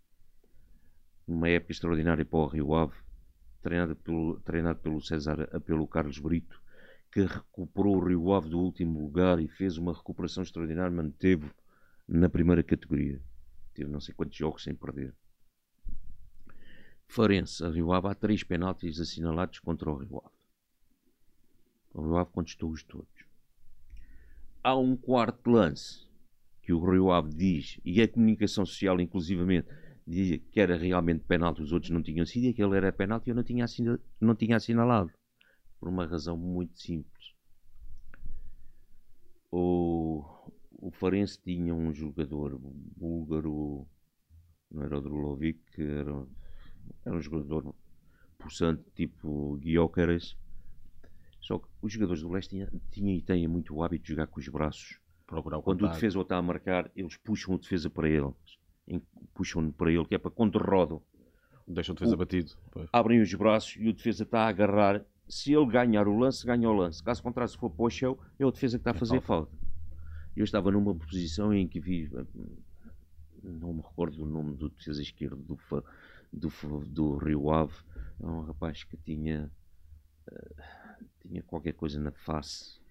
Speaker 2: Numa época extraordinária para o Rio Ave, treinado pelo, treinado pelo César, pelo Carlos Brito, que recuperou o Rio Ave do último lugar e fez uma recuperação extraordinária, manteve na primeira categoria. Teve não sei quantos jogos sem perder. Farense, a Rio Ave, há três penaltis assinalados contra o Rio Ave. O Rio Ave contestou-os todos. Há um quarto lance que o Rio Ave diz, e a comunicação social inclusivamente dizia que era realmente penalti, os outros não tinham sido, e aquele era penalti e eu não tinha, assinalado, não tinha assinalado. Por uma razão muito simples. O, o Farense tinha um jogador búlgaro, não era o Drulovic, era, era um jogador possante, tipo Gyökeres. Só que os jogadores do leste tinham tinha e têm muito o hábito de jogar com os braços.
Speaker 1: Procurar o
Speaker 2: Quando
Speaker 1: contato.
Speaker 2: o defesa está a marcar, eles puxam o defesa para ele. Puxam-no para ele, que é para quando rodam.
Speaker 1: Deixam o defesa batido. Pois.
Speaker 2: Abrem os braços e o defesa está a agarrar. Se ele ganhar o lance, ganha o lance. Caso contrário, se for para o chão, é o defesa que está a fazer falta. Eu estava numa posição em que vi, não me recordo do nome do defesa esquerdo do, do, do Rio Ave. É um rapaz que tinha, uh, tinha qualquer coisa na face.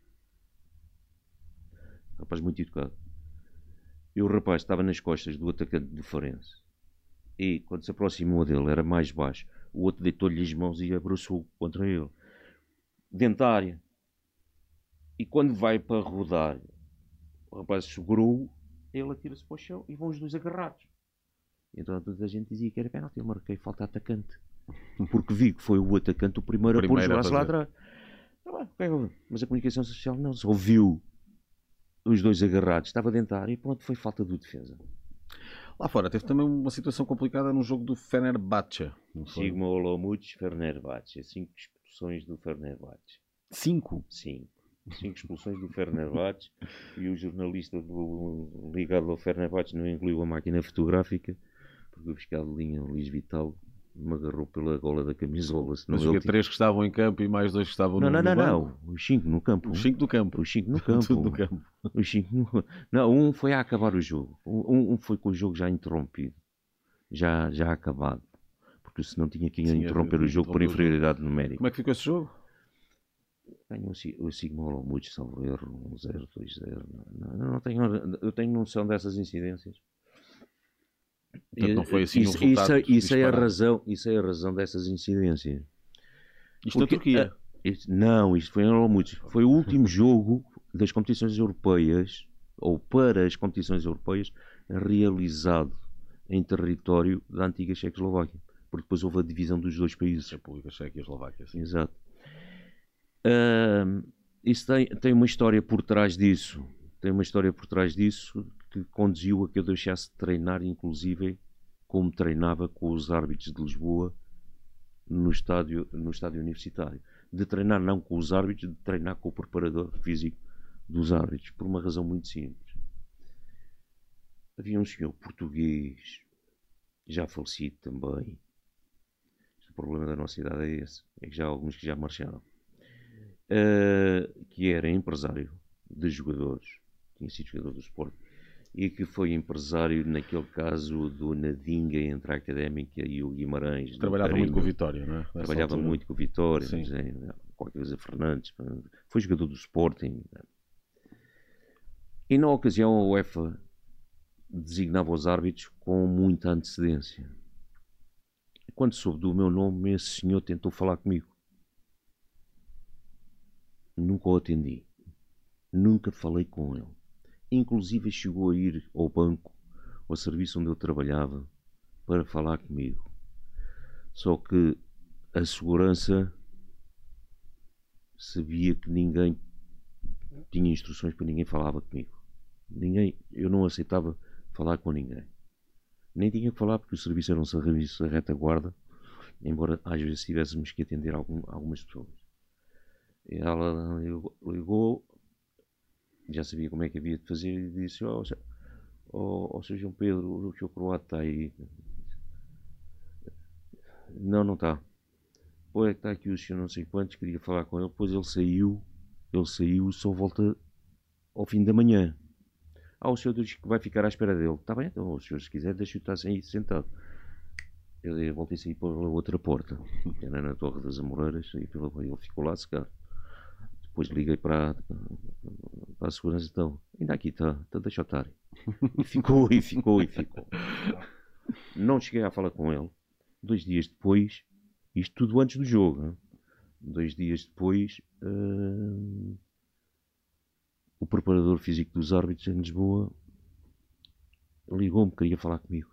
Speaker 2: Um rapaz muito educado. E o rapaz estava nas costas do atacante do Farense. E quando se aproximou dele, era mais baixo. O outro deitou-lhe as mãos e abraçou contra ele. Dentro da área. E quando vai para rodar, o rapaz segurou, ele atira-se para o chão e vão os dois agarrados. Então toda a gente dizia que era penalti. Eu marquei falta atacante. Porque vi que foi o atacante o primeiro, primeiro a pôr os braços lá atrás. Mas a comunicação social não, só viu os dois agarrados, estava dentro da área e pronto, foi falta do defesa.
Speaker 1: Lá fora teve também uma situação complicada no jogo do Fenerbahçe.
Speaker 2: Sigma Olomouc, Fenerbahçe. Cinco expulsões do Fenerbahçe.
Speaker 1: Cinco?
Speaker 2: Cinco. cinco expulsões do Fenerbahçe, e o jornalista do, ligado ao Fenerbahçe não incluiu a máquina fotográfica, porque o fiscal de linha, Luís Vital, me agarrou pela gola da camisola.
Speaker 1: Mas os três que estavam em campo e mais dois que estavam
Speaker 2: não,
Speaker 1: no,
Speaker 2: não,
Speaker 1: no
Speaker 2: não,
Speaker 1: banco?
Speaker 2: não, os cinco no campo.
Speaker 1: Os cinco do campo.
Speaker 2: Os cinco no campo.
Speaker 1: Tudo no campo.
Speaker 2: Os cinco no... Não, um foi a acabar o jogo. Um, um foi com o jogo já interrompido. Já, já acabado. Porque senão tinha que
Speaker 1: Sim,
Speaker 2: interromper o jogo por inferioridade numérica.
Speaker 1: Como é que ficou esse jogo?
Speaker 2: Ganhou o Sigma Olomouc, salvo erro, um zero, dois zero. Não, não, não tenho, eu tenho noção dessas incidências.
Speaker 1: Portanto, não foi assim
Speaker 2: isso,
Speaker 1: um resultado
Speaker 2: isso, isso, é a razão, isso é a razão dessas incidências.
Speaker 1: Isto Porque, na Turquia?
Speaker 2: Uh, isto, não, isto foi em Olomouc. Foi o último jogo das competições europeias, ou para as competições europeias, realizado em território da antiga Checoslováquia. Porque depois houve a divisão dos dois países.
Speaker 1: República Checa e a Eslováquia. Sim.
Speaker 2: Exato. Uh, isso tem, tem uma história por trás disso. Tem uma história por trás disso que conduziu a que eu deixasse de treinar, inclusive como treinava com os árbitros de Lisboa no estádio, no estádio universitário. De treinar não com os árbitros, de treinar com o preparador físico dos árbitros, por uma razão muito simples. Havia um senhor português, já falecido também. O problema da nossa idade é esse, é que já há alguns que já marcharam. Uh, que era empresário de jogadores, tinha sido jogador do Sport, e que foi empresário, naquele caso, do Nadinga entre a Académica e o Guimarães.
Speaker 1: Trabalhava muito com o Vitória, não é? Nessa
Speaker 2: Trabalhava
Speaker 1: altura.
Speaker 2: muito com o Vitória, mas, é, qualquer coisa Fernandes, foi jogador do Sporting. E na ocasião a UEFA designava os árbitros com muita antecedência. Quando soube do meu nome, esse senhor tentou falar comigo. Nunca o atendi. Nunca falei com ele. Inclusive chegou a ir ao banco, ao serviço onde eu trabalhava, para falar comigo. Só que a segurança sabia que ninguém tinha instruções para ninguém falava comigo. Ninguém, eu não aceitava falar com ninguém. Nem tinha que falar porque o serviço era um serviço de retaguarda, embora às vezes tivéssemos que atender algum, algumas pessoas. E ela ligou, já sabia como é que havia de fazer, e disse: ó, oh, oh, seu João Pedro, o seu croata está aí. Não, não está. Pois é que está aqui o senhor não sei quantos, queria falar com ele. Depois ele saiu, ele saiu, só volta ao fim da manhã. Ah, o senhor diz que vai ficar à espera dele. Está bem, então o senhor se quiser deixa-o estar aí sentado. Eu voltei a sair pela outra porta, que era na Torre das Amoreiras, e ele ficou lá a secar. Depois liguei para, para a segurança, então, ainda aqui está, então deixa eu estar. E ficou, e ficou, e ficou. Não cheguei a falar com ele. Dois dias depois, isto tudo antes do jogo, hein? Dois dias depois, uh, o preparador físico dos árbitros em Lisboa ligou-me, queria falar comigo.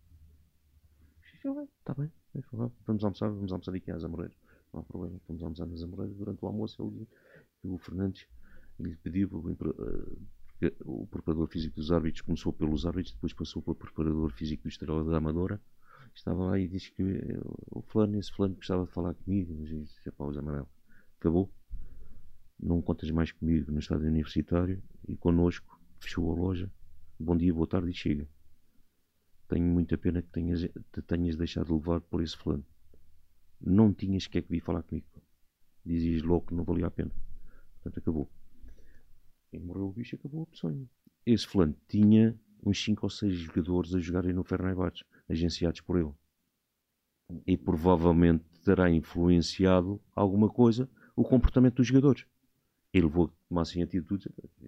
Speaker 2: Está bem, vamos almoçar, vamos almoçar aqui às Amoreiras. Não há problema, vamos almoçar nas Amoreiras. Durante o almoço, ele, o Fernandes lhe pediu, porque o preparador físico dos árbitros começou pelos árbitros, depois passou para o preparador físico do Estrela da Amadora. Estava lá e disse que o fulano, esse fulano gostava de falar comigo. Mas disse: pá, José Manuel, acabou, não contas mais comigo no estádio universitário e connosco, fechou a loja, bom dia, boa tarde e chega. Tenho muita pena que tenhas, te tenhas deixado de levar por esse fulano. Não tinhas que é que vir falar comigo. Dizias logo que não valia a pena. Portanto, acabou. E morreu o bicho, acabou o sonho. Esse fulano tinha uns cinco ou seis jogadores a jogarem no Fenerbahçe, agenciados por ele. E provavelmente terá influenciado alguma coisa o comportamento dos jogadores. Ele levou a tomar assim atitudes.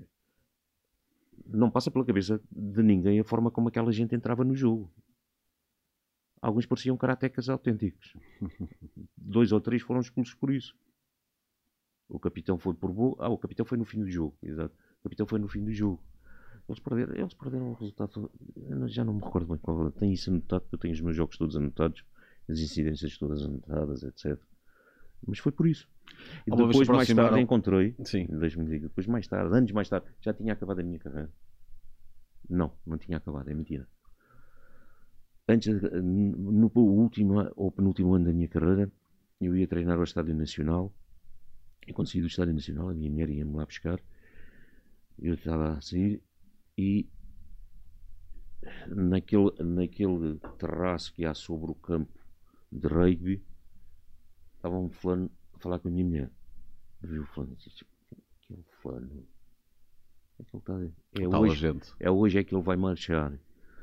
Speaker 2: Não passa pela cabeça de ninguém a forma como aquela gente entrava no jogo. Alguns pareciam karatecas autênticos. Dois ou três foram expulsos por isso. O capitão foi por boa. Ah, o capitão foi no fim do jogo. Exato. O capitão foi no fim do jogo. Eles perderam, eles perderam o resultado. Eu já não me recordo bem qual. Tenho isso anotado, eu tenho os meus jogos todos anotados, as incidências todas anotadas, etcétera. Mas foi por isso. E depois, mais tarde, encontrei. Sim. Depois, mais tarde, anos mais tarde, já tinha acabado a minha carreira. Não, não tinha acabado, é mentira. Antes, no último ou penúltimo ano da minha carreira, eu ia treinar ao Estádio Nacional E quando saí do Estádio Nacional, a minha mulher ia-me lá buscar, eu estava a sair e naquele, naquele terraço que há sobre o campo de rugby, estava um fulano a falar com a minha mulher. Eu vi o fulano e disse, aquele fulano, é que ele está a dizer? É hoje,
Speaker 1: gente.
Speaker 2: é hoje é que ele vai marchar.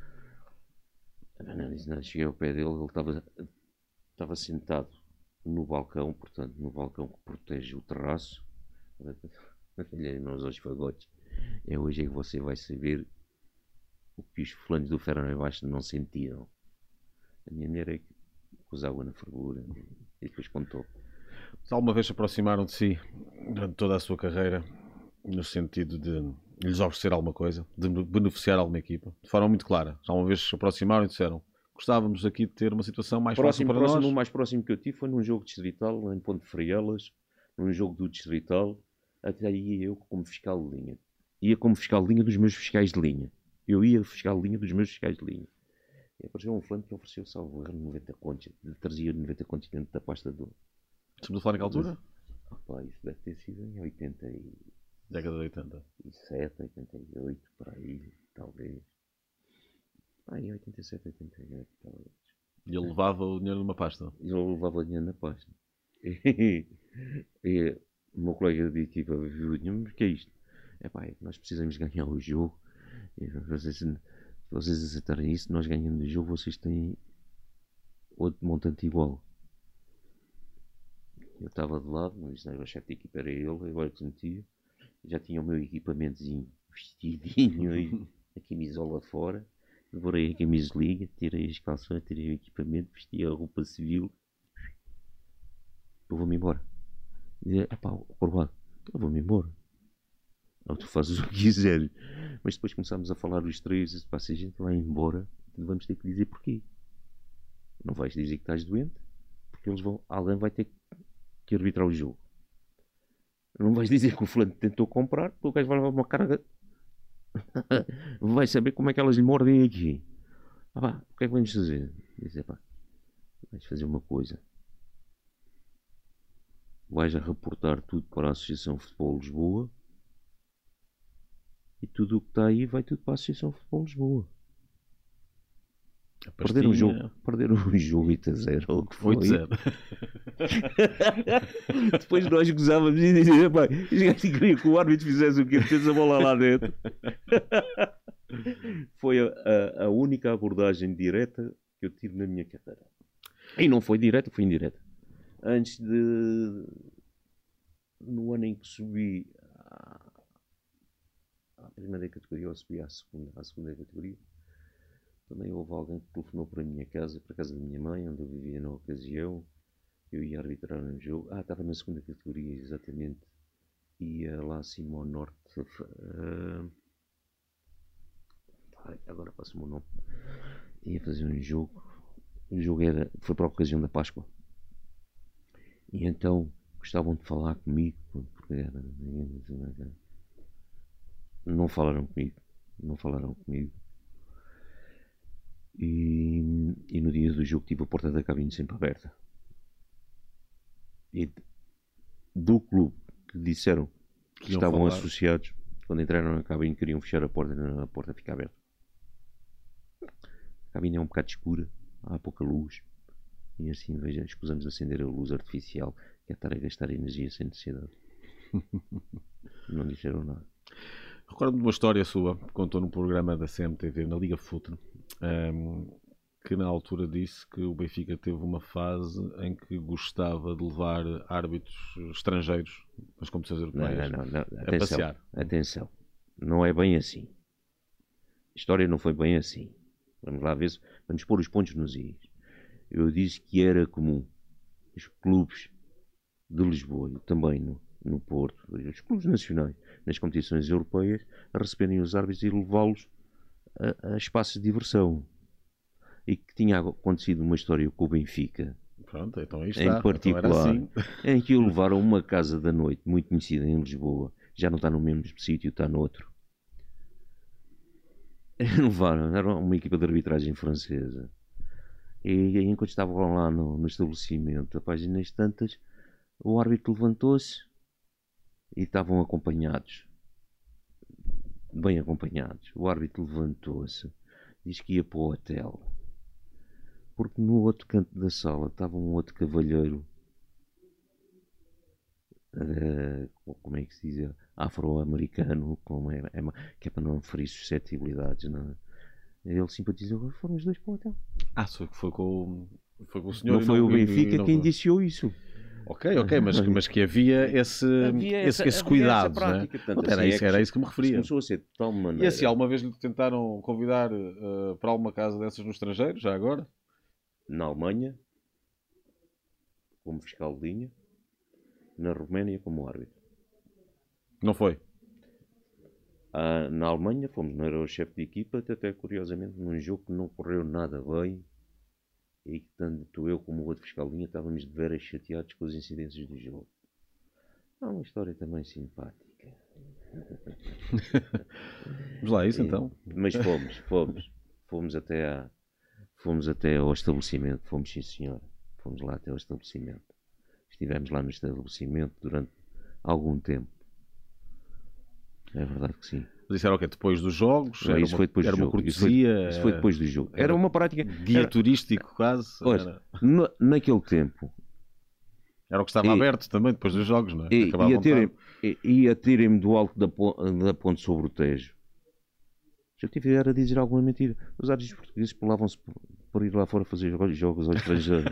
Speaker 2: Não disse nada, cheguei ao pé dele, ele estava, estava sentado no balcão, portanto, no balcão que protege o terraço. Olhei nos aos fagotes. É hoje é que você vai saber o que os fulanos do Ferro Baixo não sentiram. A minha mulher é que pôs água na fervura e depois contou.
Speaker 1: Se alguma vez se aproximaram de si durante toda a sua carreira, no sentido de lhes oferecer alguma coisa, de beneficiar alguma equipa, de forma muito clara, já uma vez se aproximaram e disseram: gostávamos aqui de ter uma situação mais
Speaker 2: próximo,
Speaker 1: fácil para
Speaker 2: próximo,
Speaker 1: nós?
Speaker 2: O mais próximo que eu tive foi num jogo distrital, em Ponte Frielas, num jogo do distrital, até aí eu como fiscal de linha. Ia como fiscal de linha dos meus fiscais de linha. Eu ia fiscal de linha dos meus fiscais de linha. E apareceu um fulano que ofereceu, salvo erro, noventa contos, trazia noventa contos dentro da pasta do...
Speaker 1: Estamos a falar em que altura?
Speaker 2: Opa, isso deve ter sido em oitenta e...
Speaker 1: Década de oitenta.
Speaker 2: oitenta e sete, oitenta e oito, por aí, talvez. Ah, em oitenta e sete, oitenta e oito, talvez.
Speaker 1: E ele levava o dinheiro numa pasta.
Speaker 2: E ele levava o dinheiro na pasta. E, e o meu colega de equipa viu o dinheiro, mas o que é isto? É pá, é que nós precisamos ganhar o jogo. E vocês, se vocês aceitarem isso, nós ganhando o jogo, vocês têm outro montante igual. Eu estava de lado, mas o chefe de equipa era ele, agora que metia. Já tinha o meu equipamentozinho vestidinho e a camisola fora. Devorei a camisolinha, tirei as calções, tirei o equipamento, vesti a roupa civil. Eu vou-me embora. Dizia, é pá, Corbado, eu vou-me embora. Ou tu fazes o que quiseres. Mas depois começámos a falar os três, e se a gente vai embora, vamos ter que dizer porquê. Não vais dizer que estás doente, porque eles vão, alguém vai ter que arbitrar o jogo. Não vais dizer que o fulano tentou comprar, porque o gajo vai levar uma carga. Vai saber como é que elas lhe mordem aqui. Ah pá, o que é que vamos fazer? Dizer, pá, vais fazer uma coisa. Vais a reportar tudo para a Associação de Futebol Lisboa. E tudo o que está aí vai tudo para a Associação de Futebol Lisboa. Perderam o jogo, perderam o jogo oito a zero, ou o que foi.
Speaker 1: oito a zero.
Speaker 2: Depois nós gozávamos e dizíamos, pá, os gajos queriam que o árbitro fizesse o quê? Metesse a bola lá dentro. Foi a, a, a única abordagem direta que eu tive na minha carreira. E não foi direta, foi indireta. Antes de... No ano em que subi à, à primeira categoria, eu subi à segunda, à segunda categoria, também houve alguém que telefonou para a minha casa, para a casa da minha mãe, onde eu vivia na ocasião. Eu ia arbitrar um jogo. Ah, estava na segunda categoria, exatamente. Ia lá acima ao norte. Uh... Ai, agora passo-me o nome. Ia fazer um jogo. O jogo era, foi para a ocasião da Páscoa. E então gostavam de falar comigo, porque era... Não falaram comigo. Não falaram comigo. E, e no dia do jogo tive a porta da cabine sempre aberta. E do clube que disseram que, que estavam falar. associados, quando entraram na cabine queriam fechar a porta, a porta fica aberta. A cabine é um bocado escura, há pouca luz. E assim, veja, escusamos de acender a luz artificial, que é estar a gastar energia sem necessidade. Não disseram nada.
Speaker 1: Recordo-me de uma história sua, que contou num programa da C M T V, na Liga Futre, um, que na altura disse que o Benfica teve uma fase em que gostava de levar árbitros estrangeiros nas competições europeias.
Speaker 2: Não, não, não, não.
Speaker 1: A
Speaker 2: Atenção,
Speaker 1: passear.
Speaker 2: Atenção, não é bem assim. A história não foi bem assim. Vamos lá ver, vamos pôr os pontos nos is. Eu disse que era comum os clubes de Lisboa e também no, no Porto, os clubes nacionais, nas competições europeias, a receberem os árbitros e levá-los a, a espaços de diversão. E que tinha acontecido uma história com o Benfica,
Speaker 1: pronto, então aí está.
Speaker 2: em particular,
Speaker 1: então era assim.
Speaker 2: em que o levaram a uma casa da noite muito conhecida em Lisboa, já não está no mesmo sítio, está noutro. Levaram, era uma equipa de arbitragem francesa. E enquanto estavam lá no, no estabelecimento, a páginas tantas, o árbitro levantou-se e estavam acompanhados, bem acompanhados. O árbitro levantou-se, disse que ia para o hotel, porque no outro canto da sala estava um outro cavalheiro, uh, como é que se diz, afro-americano, como é, é, que é para não ferir suscetibilidades, não é? Ele simpatizou, foram os dois para o hotel.
Speaker 1: Ah, foi, foi, com, foi com o senhor.
Speaker 2: Não foi
Speaker 1: não,
Speaker 2: o Benfica
Speaker 1: não,
Speaker 2: que indiciou isso.
Speaker 1: Ok, ok, mas, mas que havia esse,
Speaker 2: havia essa,
Speaker 1: esse, esse
Speaker 2: havia
Speaker 1: cuidado,
Speaker 2: essa prática,
Speaker 1: né?
Speaker 2: Portanto,
Speaker 1: Era,
Speaker 2: assim,
Speaker 1: isso,
Speaker 2: é
Speaker 1: era isso que me referia.
Speaker 2: Começou a ser de tal maneira.
Speaker 1: E assim, alguma vez lhe tentaram convidar uh, para alguma casa dessas no estrangeiro, já agora?
Speaker 2: Na Alemanha, como fiscal de linha, na Roménia, como árbitro.
Speaker 1: Não foi?
Speaker 2: Ah, na Alemanha, fomos, não era o chefe de equipa, até curiosamente, num jogo que não correu nada bem. E que tanto eu como o outro fiscal de linha estávamos de veras chateados com os incidentes do jogo. É uma história também simpática.
Speaker 1: Vamos lá, isso
Speaker 2: e,
Speaker 1: então.
Speaker 2: Mas fomos, fomos. Fomos até, à, fomos até ao estabelecimento. Fomos, sim senhor. Fomos lá até ao estabelecimento. Estivemos lá no estabelecimento durante algum tempo. É verdade que sim.
Speaker 1: Mas isso era o quê? Depois dos jogos?
Speaker 2: Não,
Speaker 1: era
Speaker 2: isso
Speaker 1: uma,
Speaker 2: foi depois
Speaker 1: era
Speaker 2: do
Speaker 1: uma
Speaker 2: jogo.
Speaker 1: cortesia?
Speaker 2: Isso foi, isso foi depois do jogo. Era,
Speaker 1: era
Speaker 2: uma prática...
Speaker 1: Guia
Speaker 2: era,
Speaker 1: turístico quase?
Speaker 2: Pois,
Speaker 1: era...
Speaker 2: Na, naquele tempo...
Speaker 1: Era o que estava
Speaker 2: e,
Speaker 1: aberto também depois dos jogos, não é?
Speaker 2: E, e, atirem, e, e atirem-me do alto da, da ponte sobre o Tejo. Já tive a dizer alguma mentira. Os árbitros portugueses pulavam-se por, por ir lá fora fazer jogos ao estrangeiro.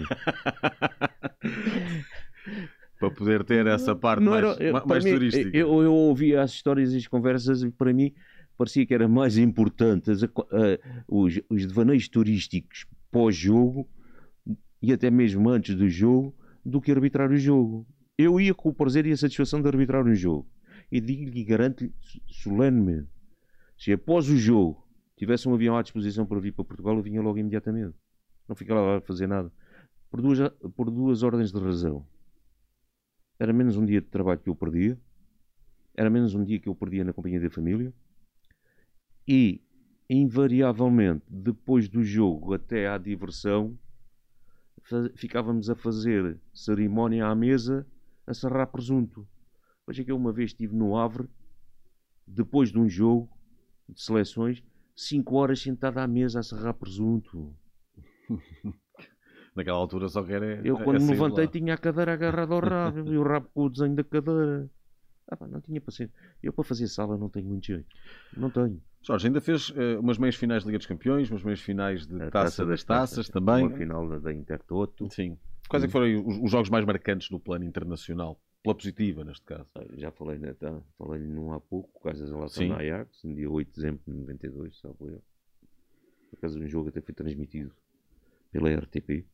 Speaker 1: Para poder ter essa parte
Speaker 2: não
Speaker 1: mais,
Speaker 2: era,
Speaker 1: mais
Speaker 2: mim,
Speaker 1: turística.
Speaker 2: Eu, eu ouvia as histórias e as conversas e para mim parecia que era mais importante as, uh, os, os devaneios turísticos pós-jogo e até mesmo antes do jogo do que arbitrar o jogo. Eu ia com o prazer e a satisfação de arbitrar um jogo. E digo-lhe e garanto-lhe solenemente, se após o jogo tivesse um avião à disposição para vir para Portugal, eu vinha logo imediatamente. Não ficava lá a fazer nada. Por duas, por duas ordens de razão. Era menos um dia de trabalho que eu perdia. Era menos um dia que eu perdia na companhia da família. E, invariavelmente, depois do jogo até à diversão, ficávamos a fazer cerimónia à mesa a serrar presunto. Hoje é que eu uma vez estive no Havre, depois de um jogo de seleções, cinco horas sentado à mesa a serrar presunto.
Speaker 1: Naquela altura só que era...
Speaker 2: Eu quando me levantei lá. Tinha a cadeira agarrada ao rabo e o rabo com o desenho da cadeira. Ah, pá, não tinha paciência. Eu para fazer sala não tenho muito jeito. Não tenho.
Speaker 1: Jorge, ainda fez uh, umas meias finais de Liga dos Campeões, umas meias finais de Taça, taça das, das Taças, taças também.
Speaker 2: Uma final da, da Intertoto.
Speaker 1: Sim. Quais é que foram os, os jogos mais marcantes no plano internacional? Pela positiva, neste caso.
Speaker 2: Já falei, né, tá? Falei-lhe num há pouco, por causa da relação da Ajax, no dia oito de dezembro de noventa e dois, salvo eu. Por causa de um jogo até foi transmitido pela R T P.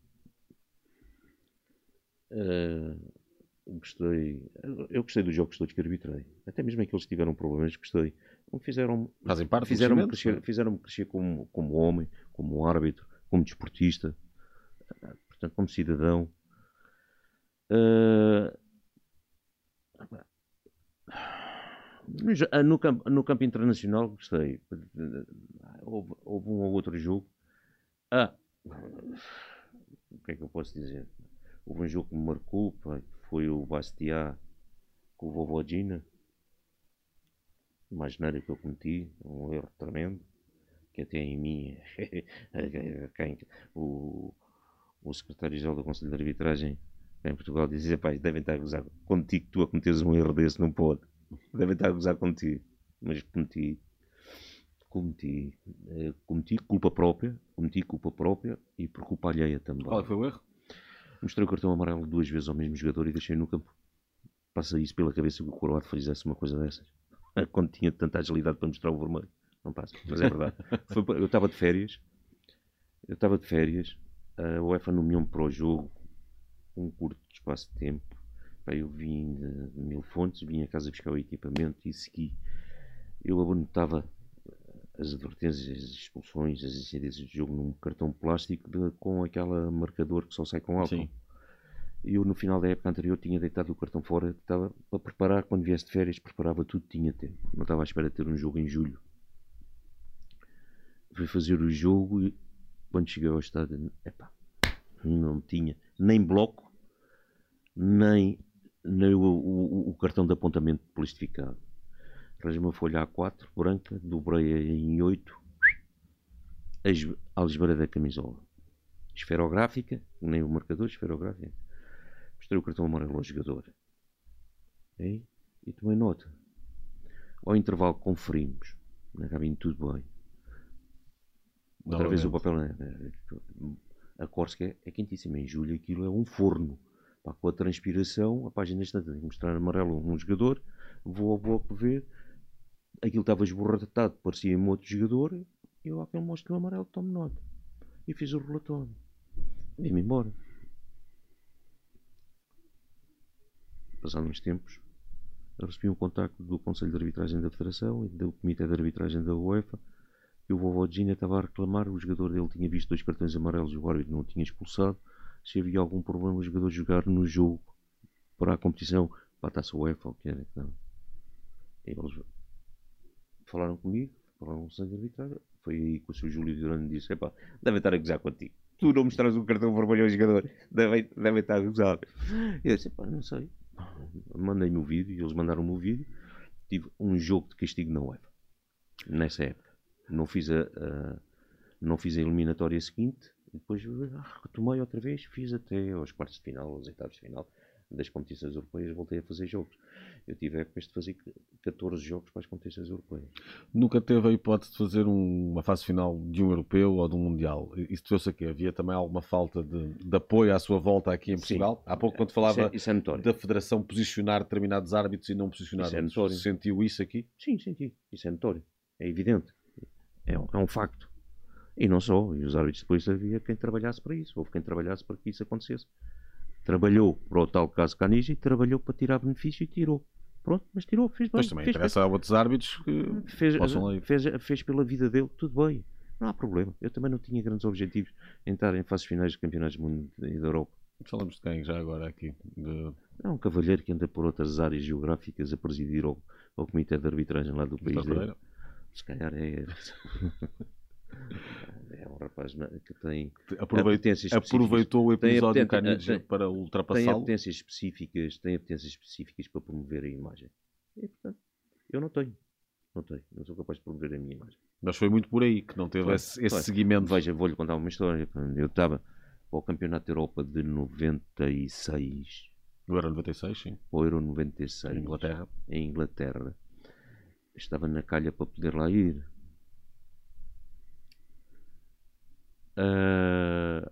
Speaker 2: Uh, gostei, eu gostei dos jogos todos que arbitrei, até mesmo aqueles que tiveram problemas, gostei. Fizeram,
Speaker 1: Fazem parte
Speaker 2: fizeram-me crescer, fizeram crescer como, como homem, como árbitro, como desportista, portanto, como cidadão. Uh, no, campo, no campo internacional gostei. Houve, houve um ou outro jogo. Ah, o que é que eu posso dizer? Houve um jogo que me marcou, pai, foi o Bastia com o Vovodina. Imaginário que eu cometi, um erro tremendo, que até em mim, quem, o, o secretário-geral do Conselho de Arbitragem em Portugal dizia, pá, devem estar a gozar contigo, tu a cometeres um erro desse, não pode. Devem estar a gozar contigo. Mas cometi, cometi, cometi culpa própria, cometi culpa própria e por culpa alheia também.
Speaker 1: Qual foi o erro?
Speaker 2: Mostrei o cartão amarelo duas vezes ao mesmo jogador e deixei no campo. Passa isso pela cabeça que o Coroado fizesse uma coisa dessas. Quando tinha tanta agilidade para mostrar o vermelho. Não passa, mas é verdade. Foi, eu estava de férias. Eu estava de férias. A UEFA nomeou-me para o jogo. Um curto espaço de tempo. Eu vim de Mil Fontes, vim a casa buscar o equipamento e segui. Eu anotava as advertências, as expulsões, as incidências de jogo num cartão plástico de, com aquele marcador que só sai com álcool. Sim. Eu no final da época anterior tinha deitado o cartão fora, estava para preparar, quando viesse de férias, preparava tudo, tinha tempo. Não estava à espera de ter um jogo em julho. Fui fazer o jogo e quando cheguei ao estádio, epá, não tinha nem bloco, nem nem o, o, o cartão de apontamento plastificado. Arranjei uma folha A quatro, branca, dobrei-a em oito, a algebeira da camisola. Esferográfica, nem o marcador, esferográfica. Mostrei o cartão amarelo ao jogador. E, e tomei nota. Ao intervalo conferimos. Na cabine tudo bem. Outra vez o papel. A Corsica é quentíssima. Em julho aquilo é um forno. Pá, com a transpiração, a página está a mostrar amarelo a um jogador. Vou ao bloco ver. Aquilo estava esborratado, parecia-me outro jogador. E eu àquele mostro o amarelo, tomo nota. E fiz o relatório. Vim-me embora. Passados uns tempos, eu recebi um contacto do Conselho de Arbitragem da Federação e do Comitê de Arbitragem da UEFA, que o vovô de Gina estava a reclamar. O jogador dele tinha visto dois cartões amarelos e o árbitro não o tinha expulsado. Se havia algum problema o jogador jogar no jogo para a competição, para a Taça UEFA, ou o que era. Não. E eles falaram comigo, falaram com o Conselho de Arbitragem. Foi aí que o seu Júlio Durano disse: epá, devem estar a gozar contigo. Tu não mostras um cartão vermelho ao jogador, devem, devem estar a gozar. E eu disse: epá, não sei. Mandei-me o vídeo e eles mandaram-me o vídeo. Tive um jogo de castigo na UEFA nessa época. Não fiz a, a, não fiz a eliminatória seguinte e depois ah, retomei outra vez. Fiz até aos quartos de final, aos oitavos de final das competições europeias. Voltei a fazer jogos. Eu tive épocas de fazer catorze jogos para as competições europeias.
Speaker 1: Nunca teve a hipótese de fazer um, uma fase final de um europeu ou de um mundial? Isso deveu-se a quê? Havia também alguma falta de, de apoio à sua volta aqui em Portugal? Sim. Há pouco, quando falava
Speaker 2: isso é, isso é
Speaker 1: da Federação posicionar determinados árbitros e não posicionar
Speaker 2: isso é
Speaker 1: outros,
Speaker 2: notório.
Speaker 1: Sentiu isso aqui?
Speaker 2: Sim, senti. Isso é notório. É evidente. É um, é um facto. E não só. E os árbitros depois havia quem trabalhasse para isso. Houve quem trabalhasse para que isso acontecesse. Trabalhou para o tal caso Canigi e trabalhou para tirar benefício e tirou. Pronto, mas tirou, fez bem.
Speaker 1: Mas também
Speaker 2: fez
Speaker 1: interessa
Speaker 2: bem.
Speaker 1: a outros árbitros que
Speaker 2: fez,
Speaker 1: possam ler.
Speaker 2: Fez, fez pela vida dele, tudo bem. Não há problema. Eu também não tinha grandes objetivos em estar em fases finais de campeonatos do mundo e da Europa.
Speaker 1: Falamos de quem já agora aqui? De...
Speaker 2: É um cavalheiro que anda por outras áreas geográficas a presidir ao, ao comitê de arbitragem lá do país dele. Se calhar é... É um rapaz que tem
Speaker 1: apetências aproveitou o episódio do Canigi para ultrapassá-lo.
Speaker 2: Tem apetências específicas, tem apetências específicas para promover a imagem. E, portanto, eu não tenho. Não tenho. Não sou capaz de promover a minha imagem.
Speaker 1: Mas foi muito por aí que não teve foi, esse, esse seguimento.
Speaker 2: Veja, vou-lhe contar uma história. Eu estava para o Campeonato da Europa de noventa e seis.
Speaker 1: O Euro noventa e seis, sim.
Speaker 2: O Euro noventa e seis.
Speaker 1: Em Inglaterra.
Speaker 2: Em Inglaterra. Estava na calha para poder lá ir. Uh,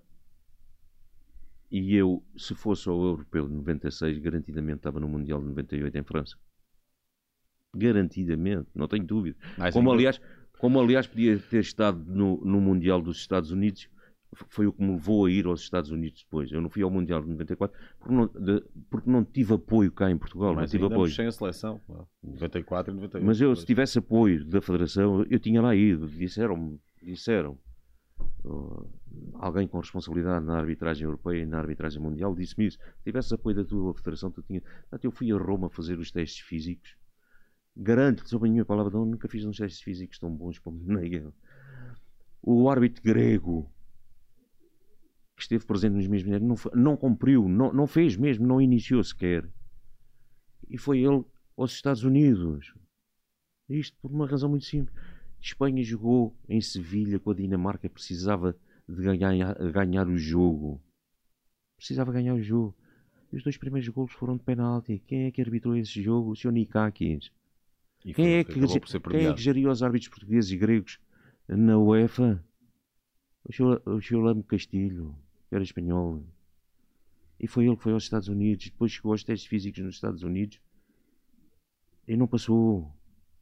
Speaker 2: e eu, se fosse ao Europeu de noventa e seis, garantidamente estava no Mundial de noventa e oito em França. Garantidamente, não tenho dúvida. Como aliás, como aliás podia ter estado no, no Mundial dos Estados Unidos. Foi o que me levou a ir aos Estados Unidos depois. Eu não fui ao Mundial de noventa e quatro porque não, de, porque não tive apoio cá em Portugal.
Speaker 1: Mas
Speaker 2: não tive apoio.
Speaker 1: Sem a seleção, noventa e quatro e noventa e oito.
Speaker 2: Mas eu, se tivesse apoio da Federação, eu tinha lá ido. Disseram-me, disseram. Uh, alguém com responsabilidade na arbitragem europeia e na arbitragem mundial disse-me isso. Se tivesse apoio da tua federação, tu tinha. Eu fui a Roma fazer os testes físicos. Garanto-te, sob a minha palavra, não, nunca fiz uns testes físicos tão bons como Neguel. O árbitro grego que esteve presente nos mesmos não, não cumpriu, não, não fez mesmo, não iniciou sequer. E foi ele aos Estados Unidos. Isto por uma razão muito simples. Espanha jogou em Sevilha com a Dinamarca, precisava de ganhar, ganhar o jogo. Precisava ganhar o jogo. E os dois primeiros golos foram de penalti. Quem é que arbitrou esse jogo? O senhor Nikakis. Quem, foi, é que, quem é que geriu os árbitros portugueses e gregos na UEFA? O senhor, o senhor Lame Castilho, que era espanhol. E foi ele que foi aos Estados Unidos. Depois chegou aos testes físicos nos Estados Unidos e não passou.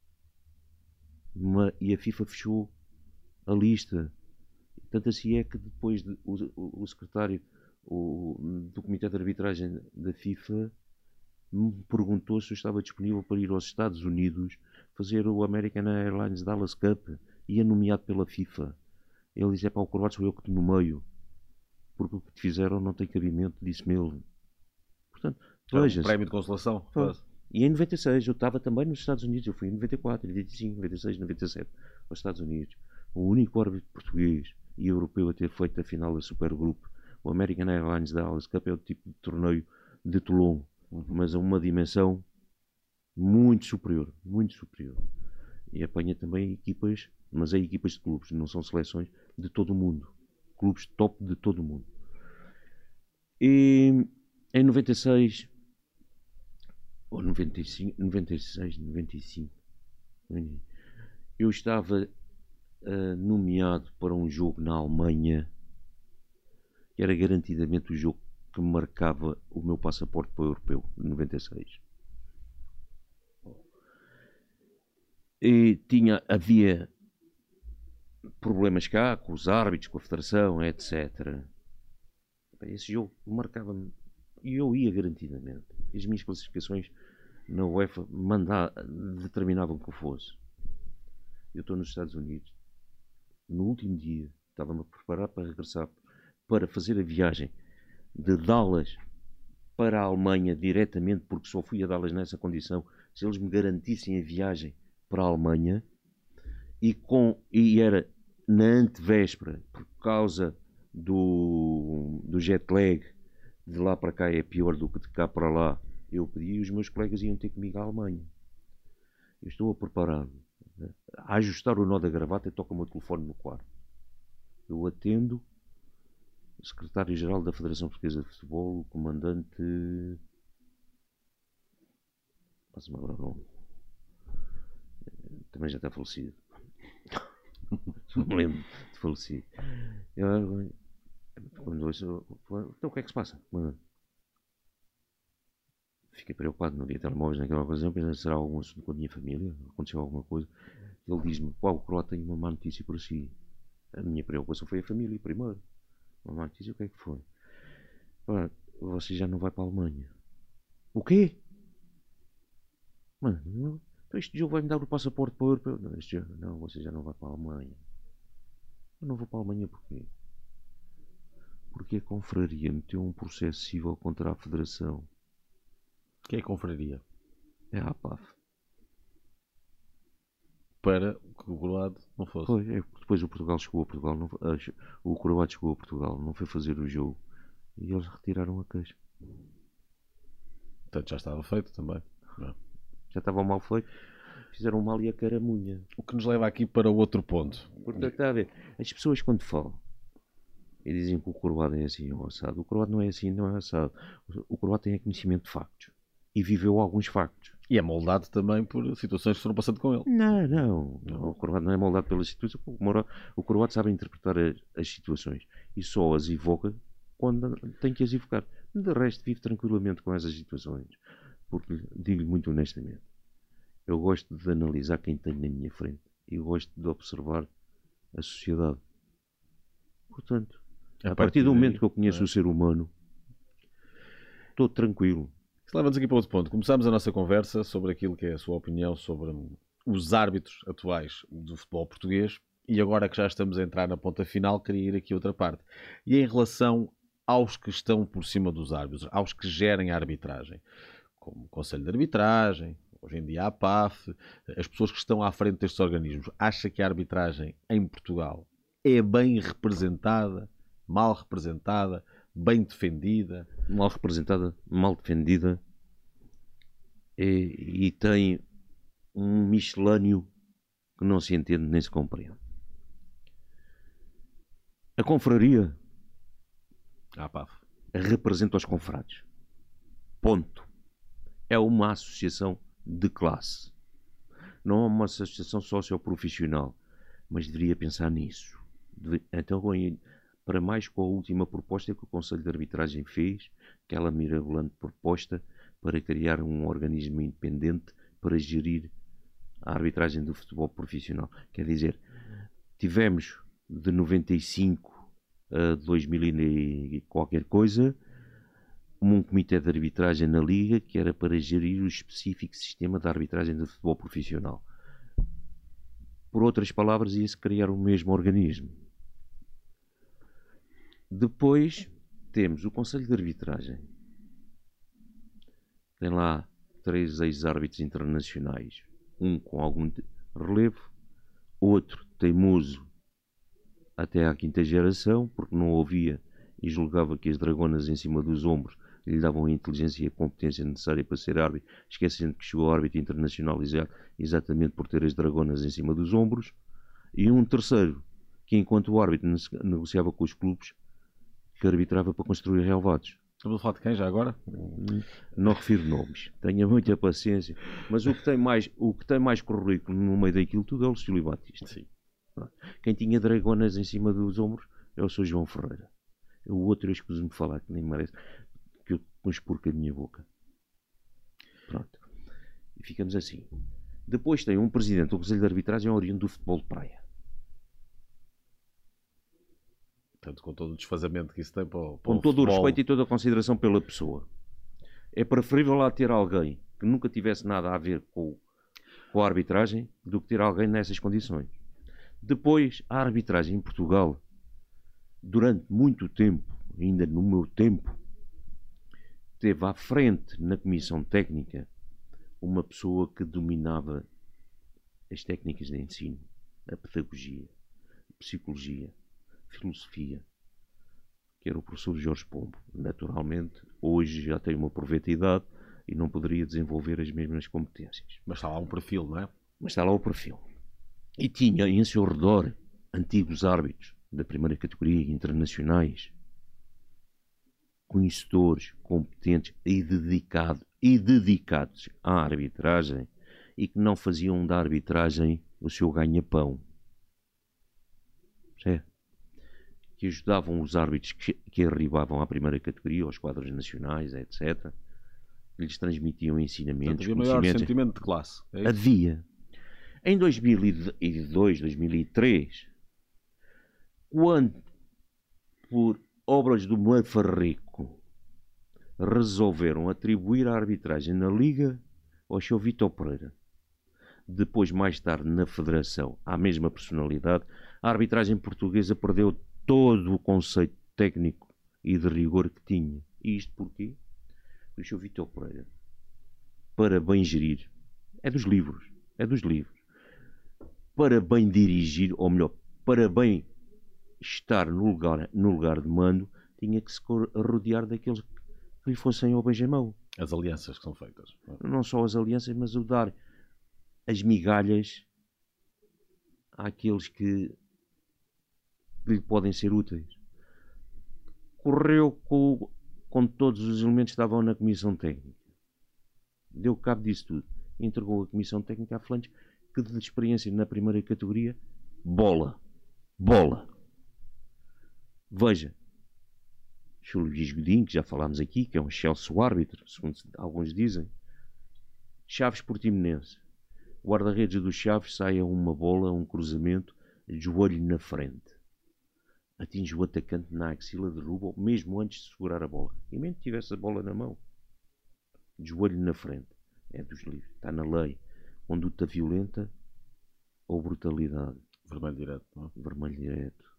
Speaker 2: Uma, e a FIFA fechou a lista. Tanto assim é que depois de, o, o, o secretário o, do Comitê de Arbitragem da FIFA me perguntou se eu estava disponível para ir aos Estados Unidos fazer o American Airlines Dallas Cup, e é nomeado pela FIFA. Ele disse: é para o Croácia, sou eu que te nomeio, porque o que te fizeram não tem cabimento, disse-me ele. Portanto, veja-se.
Speaker 1: Um prémio de consolação.
Speaker 2: E em noventa e seis eu estava também nos Estados Unidos. Eu fui em noventa e quatro, noventa e cinco, noventa e seis, noventa e sete aos Estados Unidos. O único árbitro português e europeu a ter feito a final da Supergroup. O American Airlines Dallas Cup é o tipo de torneio de Toulon.
Speaker 1: uhum.
Speaker 2: mas a uma dimensão muito superior, muito superior. E apanha também equipas, mas é equipas de clubes, não são seleções, de todo o mundo. Clubes top de todo o mundo. E em noventa e seis, ou noventa e cinco, noventa e seis, noventa e cinco, eu estava uh, nomeado para um jogo na Alemanha, que era garantidamente o jogo que marcava o meu passaporte para o europeu, de noventa e seis. E tinha, havia problemas cá com os árbitros, com a federação, etcétera. Esse jogo marcava-me e eu ia garantidamente. As minhas classificações na UEFA mandar, determinavam que eu fosse. Eu estou nos Estados Unidos. No último dia, estava-me a preparar para regressar, para fazer a viagem de Dallas para a Alemanha diretamente, porque só fui a Dallas nessa condição, se eles me garantissem a viagem para a Alemanha, e, com, e era na antevéspera, por causa do, do jet lag, de lá para cá é pior do que de cá para lá, eu pedi e os meus colegas iam ter comigo à Alemanha. Eu estou a preparar-me, a ajustar o nó da gravata e toca o meu telefone no quarto. Eu atendo, o secretário-geral da Federação Portuguesa de Futebol, o comandante... Passa-me agora o nome. Também já está falecido. Só me lembro de falecido. Eu, quando ouço, então o que é que se passa? Fiquei preocupado, não havia telemóveis naquela ocasião, pensei, será algum assunto com a minha família? Aconteceu alguma coisa? Ele diz-me, pá, o Croata tem uma má notícia para si. A minha preocupação foi a família, primeiro. Uma má notícia, o que é que foi? Pá, você já não vai para a Alemanha. O quê? Mano, não, então este jogo vai-me dar o passaporte para o europeu. Não, este jogo, não, você já não vai para a Alemanha. Eu não vou para a Alemanha porquê? Porque a confraria meteu um processo civil contra a Federação.
Speaker 1: Que é a confraria?
Speaker 2: É a APAF.
Speaker 1: Para que o Croado não fosse.
Speaker 2: Foi, é, depois o Portugal chegou a Portugal, não, o Croado chegou a Portugal, não foi fazer o jogo e eles retiraram a queixa.
Speaker 1: Portanto, já estava feito também. Não.
Speaker 2: Já estava mal feito, fizeram mal e a caramunha.
Speaker 1: O que nos leva aqui para o outro ponto.
Speaker 2: Portanto, está a ver, as pessoas quando falam e dizem que o Croado é assim ou assado, o Croado não é assim, não é assado. O Croado tem conhecimento de factos e viveu alguns factos.
Speaker 1: E é moldado também por situações que foram passando com ele.
Speaker 2: Não, não. não. O Croado não é moldado pelas situações. O Croado sabe interpretar as, as situações e só as evoca quando tem que as evocar. De resto, vive tranquilamente com essas situações. Porque, digo-lhe muito honestamente, eu gosto de analisar quem tenho na minha frente e gosto de observar a sociedade. Portanto, a, a partir do momento que eu conheço é? o ser humano, estou tranquilo.
Speaker 1: Isso leva-nos aqui para outro ponto. Começámos a nossa conversa sobre aquilo que é a sua opinião sobre os árbitros atuais do futebol português e agora que já estamos a entrar na ponta final, queria ir aqui a outra parte. E em relação aos que estão por cima dos árbitros, aos que gerem a arbitragem, como o Conselho de Arbitragem, hoje em dia a APAF, as pessoas que estão à frente destes organismos, acha que a arbitragem em Portugal é bem representada, mal representada, bem defendida?
Speaker 2: Mal representada, mal defendida e, e tem um miscelâneo que não se entende nem se compreende. A confraria
Speaker 1: a APAF
Speaker 2: representa os confrades. Ponto. É uma associação de classe. Não é uma associação socioprofissional, mas deveria pensar nisso. Então, para mais com a última proposta que o Conselho de Arbitragem fez, aquela mirabolante proposta para criar um organismo independente para gerir a arbitragem do futebol profissional. Quer dizer, tivemos de noventa e cinco a dois mil e qualquer coisa, um comitê de arbitragem na Liga que era para gerir o específico sistema de arbitragem do futebol profissional. Por outras palavras, ia-se criar o mesmo organismo. Depois temos o Conselho de Arbitragem. Tem lá três ex-árbitros internacionais. Um com algum relevo, outro teimoso até à quinta geração, porque não ouvia e julgava que as dragonas em cima dos ombros lhe davam a inteligência e a competência necessária para ser árbitro, esquecendo que chegou ao árbitro internacional exatamente por ter as dragonas em cima dos ombros. E um terceiro, que enquanto o árbitro negociava com os clubes, que arbitrava para construir relevados.
Speaker 1: Estamos a falar de quem já agora?
Speaker 2: Não refiro nomes, tenha muita paciência, mas o que tem mais, o que tem mais currículo no meio daquilo tudo é o Lucílio Batista.
Speaker 1: Sim.
Speaker 2: Quem tinha dragonas em cima dos ombros é o seu João Ferreira. O outro eu escuso-me de falar, que nem merece, que eu pus porco a minha boca. Pronto. E ficamos assim. Depois tem um presidente do Conselho de Arbitragem oriundo do futebol de praia.
Speaker 1: Portanto, com todo o desfazamento que isso tem para o, para
Speaker 2: com
Speaker 1: o
Speaker 2: todo
Speaker 1: futebol.
Speaker 2: o respeito e toda a consideração pela pessoa. É preferível lá ter alguém que nunca tivesse nada a ver com, com a arbitragem do que ter alguém nessas condições. Depois, a arbitragem em Portugal, durante muito tempo, ainda no meu tempo, teve à frente na comissão técnica uma pessoa que dominava as técnicas de ensino, a pedagogia, a psicologia, filosofia, que era o professor Jorge Pombo. Naturalmente, hoje já tem uma proveta idade e não poderia desenvolver as mesmas competências.
Speaker 1: Mas está lá um perfil, não é?
Speaker 2: Mas está lá o perfil. E tinha em seu redor antigos árbitros da primeira categoria, internacionais, conhecedores, competentes e dedicados, e dedicados à arbitragem, e que não faziam da arbitragem o seu ganha-pão. Certo? Que ajudavam os árbitros que, que arribavam à primeira categoria, aos quadros nacionais, etcétera. Que lhes transmitiam ensinamentos,
Speaker 1: Portanto, havia maior sentimento de classe. É
Speaker 2: havia. Em dois mil e dois, dois mil e três, quando, por obras do Mafarrico, resolveram atribuir a arbitragem na Liga ao seu Vítor Pereira, depois, mais tarde, na Federação, à mesma personalidade, a arbitragem portuguesa perdeu todo o conceito técnico e de rigor que tinha. E isto porquê? O seu Vítor Pereira, para bem gerir, é dos livros, é dos livros, para bem dirigir, ou melhor, para bem estar no lugar, no lugar de mando, tinha que se rodear daqueles que lhe fossem ao beijamão.
Speaker 1: As alianças que são feitas.
Speaker 2: Não só as alianças, mas o dar as migalhas àqueles que lhe podem ser úteis. Correu com, com todos os elementos que estavam na comissão técnica. Deu cabo disso tudo. Entregou a comissão técnica a Flandes, que de experiência na primeira categoria, bola. Bola. Veja, o Luís Godinho, que já falámos aqui, que é um excelso árbitro, segundo alguns dizem. Chaves Portimonense. O guarda-redes do Chaves sai a uma bola, um cruzamento, joelho na frente. Atinge o atacante na axila, derruba, mesmo antes de segurar a bola. E mesmo que tivesse a bola na mão. Joelho na frente. É dos livros. Está na lei. Conduta violenta ou brutalidade.
Speaker 1: Vermelho direto, não é?
Speaker 2: Vermelho direto.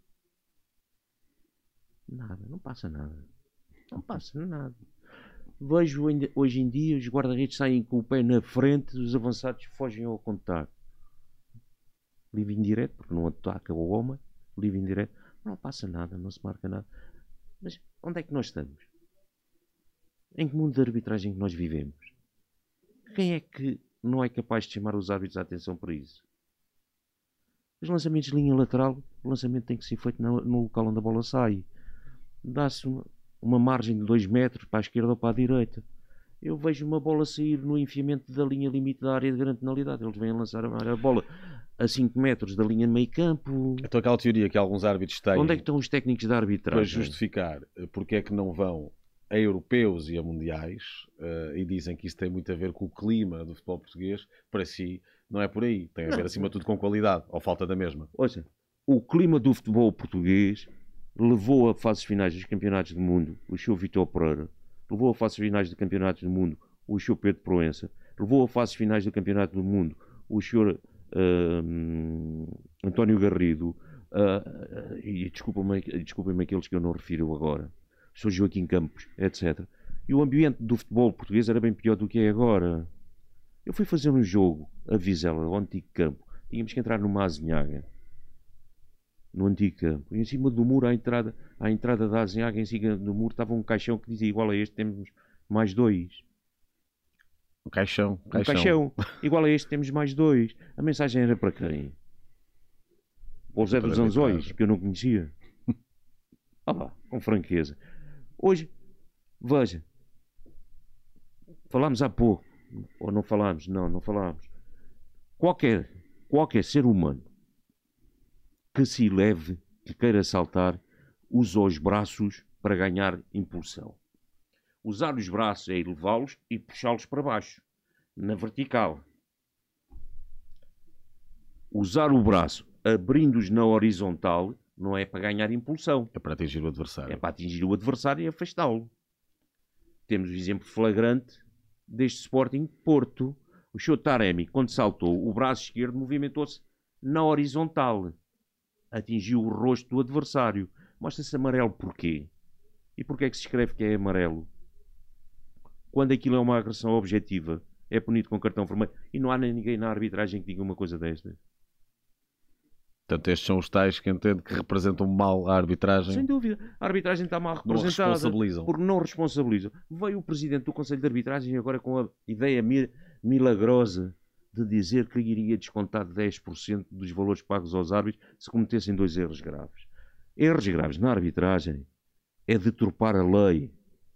Speaker 2: Nada. Não passa nada. Não passa nada. Vejo hoje em dia os guarda-redes saem com o pé na frente, os avançados fogem ao contacto. Livre indireto, porque não ataca o homem. Livre indireto. Não passa nada, não se marca nada. Mas onde é que nós estamos? Em que mundo de arbitragem que nós vivemos? Quem é que não é capaz de chamar os árbitros a atenção para isso? Os lançamentos de linha lateral, o lançamento tem que ser feito no local onde a bola sai. Dá-se uma, uma margem de dois metros para a esquerda ou para a direita. Eu vejo uma bola sair no enfiamento da linha limite da área de grande penalidade. Eles vêm lançar a bola a cinco metros da linha de meio campo.
Speaker 1: Então aquela teoria que alguns árbitros têm...
Speaker 2: Onde é que estão os técnicos de arbitragem?
Speaker 1: Para justificar porque é que não vão a europeus e a mundiais, uh, e dizem que isso tem muito a ver com o clima do futebol português, para si não é por aí. Tem a ver, não, acima de tudo, com qualidade, ou falta da mesma.
Speaker 2: Ouça, o clima do futebol português levou a fases finais dos campeonatos do mundo o senhor Vítor Pereira, levou a fases finais dos campeonatos do mundo o senhor Pedro Proença, levou a fases finais do campeonato do mundo o senhor uh, António Garrido, uh, uh, e desculpem-me desculpem-me aqueles que eu não refiro agora, o senhor Joaquim Campos, etcétera. E o ambiente do futebol português era bem pior do que é agora. Eu fui fazer um jogo a Vizela, ao antigo campo, tínhamos que entrar numa azinhaga. no antigo campo. E em cima do muro, à entrada, à entrada da Azinhaga, em cima do muro, estava um caixão que dizia igual a este, temos mais dois.
Speaker 1: Um caixão.
Speaker 2: Um
Speaker 1: caixão.
Speaker 2: caixão. Igual a este, temos mais dois. A mensagem era para quem? Para o Zé dos Anzóis, que eu não conhecia. Ah lá, com franqueza. Hoje, veja, falámos há pouco, ou não falámos? Não, não falámos. Qualquer, qualquer ser humano que se eleve, que queira saltar, usa os braços para ganhar impulsão. Usar os braços é elevá-los e puxá-los para baixo, na vertical. Usar o braço abrindo-os na horizontal não é para ganhar impulsão.
Speaker 1: É para atingir o adversário.
Speaker 2: É para atingir o adversário e afastá-lo. Temos o exemplo flagrante deste Sporting Porto. O senhor Taremi, quando saltou, o braço esquerdo movimentou-se na horizontal. Atingiu o rosto do adversário. Mostra-se amarelo porquê? E porquê é que se escreve que é amarelo? Quando aquilo é uma agressão objetiva, é punido com cartão vermelho. E não há nem ninguém na arbitragem que diga uma coisa desta.
Speaker 1: Portanto, estes são os tais que entendo que representam mal a arbitragem.
Speaker 2: Sem dúvida. A arbitragem está mal
Speaker 1: Não
Speaker 2: representada.
Speaker 1: responsabilizam.
Speaker 2: Porque não responsabilizam. Veio o presidente do Conselho de Arbitragem agora com a ideia milagrosa de dizer que iria descontar dez por cento dos valores pagos aos árbitros se cometessem dois erros graves. Erros graves na arbitragem é deturpar a lei.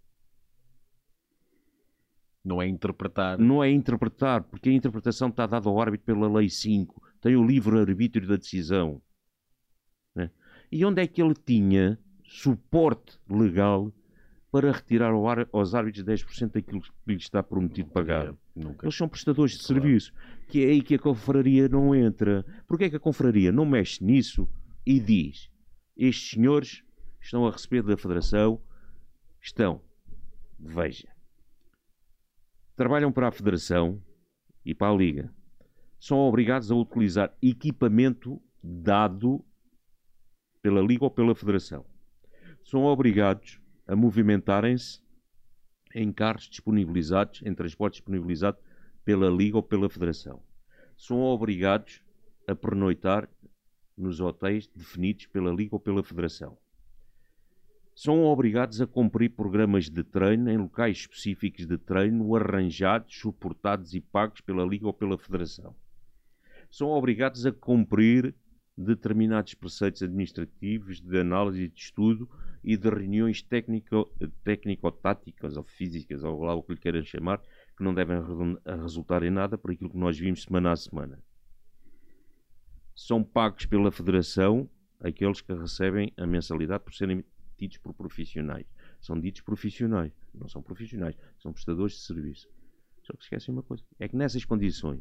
Speaker 1: Não é interpretar.
Speaker 2: Não é interpretar, porque a interpretação está dada ao árbitro pela Lei cinco. Tem o livre-arbítrio da decisão. Né? E onde é que ele tinha suporte legal para retirar ao ar, aos árbitros dez por cento daquilo que lhes está prometido pagar?
Speaker 1: É, nunca.
Speaker 2: Eles são prestadores de
Speaker 1: Claro.
Speaker 2: serviço. Que é aí que a confraria não entra. Porquê é que a confraria não mexe nisso e diz: estes senhores estão a receber da Federação, estão, veja, trabalham para a Federação e para a Liga. São obrigados a utilizar equipamento dado pela Liga ou pela Federação. São obrigados a movimentarem-se em carros disponibilizados, em transporte disponibilizado pela Liga ou pela Federação. São obrigados a pernoitar nos hotéis definidos pela Liga ou pela Federação. São obrigados a cumprir programas de treino em locais específicos de treino arranjados, suportados e pagos pela Liga ou pela Federação. São obrigados a cumprir determinados preceitos administrativos de análise de estudo e de reuniões técnico-táticas ou físicas, ou lá o que lhe queiram chamar, que não devem resultar em nada por aquilo que nós vimos semana a semana. São pagos pela Federação aqueles que recebem a mensalidade por serem tidos por profissionais. São ditos profissionais, não são profissionais, são prestadores de serviço. Só que esquecem uma coisa, é que nessas condições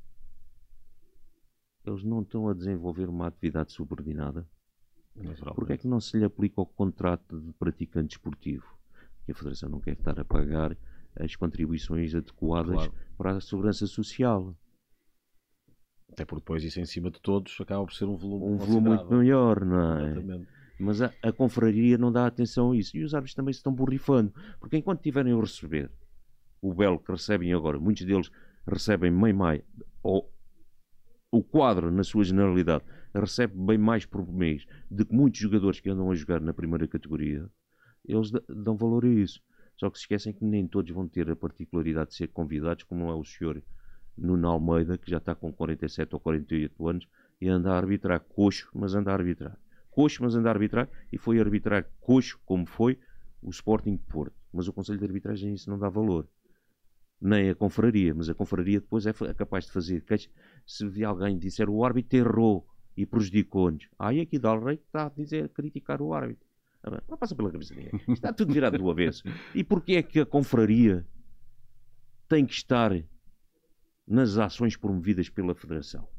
Speaker 2: eles não estão a desenvolver uma atividade subordinada. Porque é que não se lhe aplica o contrato de praticante esportivo? Porque a Federação não quer estar a pagar as contribuições adequadas
Speaker 1: Claro.
Speaker 2: para a segurança social.
Speaker 1: Até porque depois isso em cima de todos acaba por ser um volume
Speaker 2: Um volume muito maior, não é?
Speaker 1: Exatamente.
Speaker 2: Mas a, a confraria não dá atenção a isso. E os árbitros também se estão borrifando. Porque enquanto tiverem a receber o belo que recebem agora, muitos deles recebem meio-maio, ou o quadro, na sua generalidade, recebe bem mais por mês do que muitos jogadores que andam a jogar na primeira categoria, eles dão valor a isso. Só que se esquecem que nem todos vão ter a particularidade de ser convidados, como não é o senhor Nuno Almeida, que já está com quarenta e sete ou quarenta e oito anos e anda a arbitrar coxo, mas anda a arbitrar. Coxo, mas anda a arbitrar, e foi arbitrar coxo, como foi o Sporting Porto. Mas o Conselho de Arbitragem isso não dá valor. Nem a confraria, mas a confraria depois é capaz de fazer queixa. Se vi alguém disser o árbitro errou e prejudicou-nos, aí aqui dá o rei que está a dizer, a criticar o árbitro. Não passa pela cabeça ninguém. Está tudo virado do avesso. E porquê é que a confraria tem que estar nas ações promovidas pela Federação?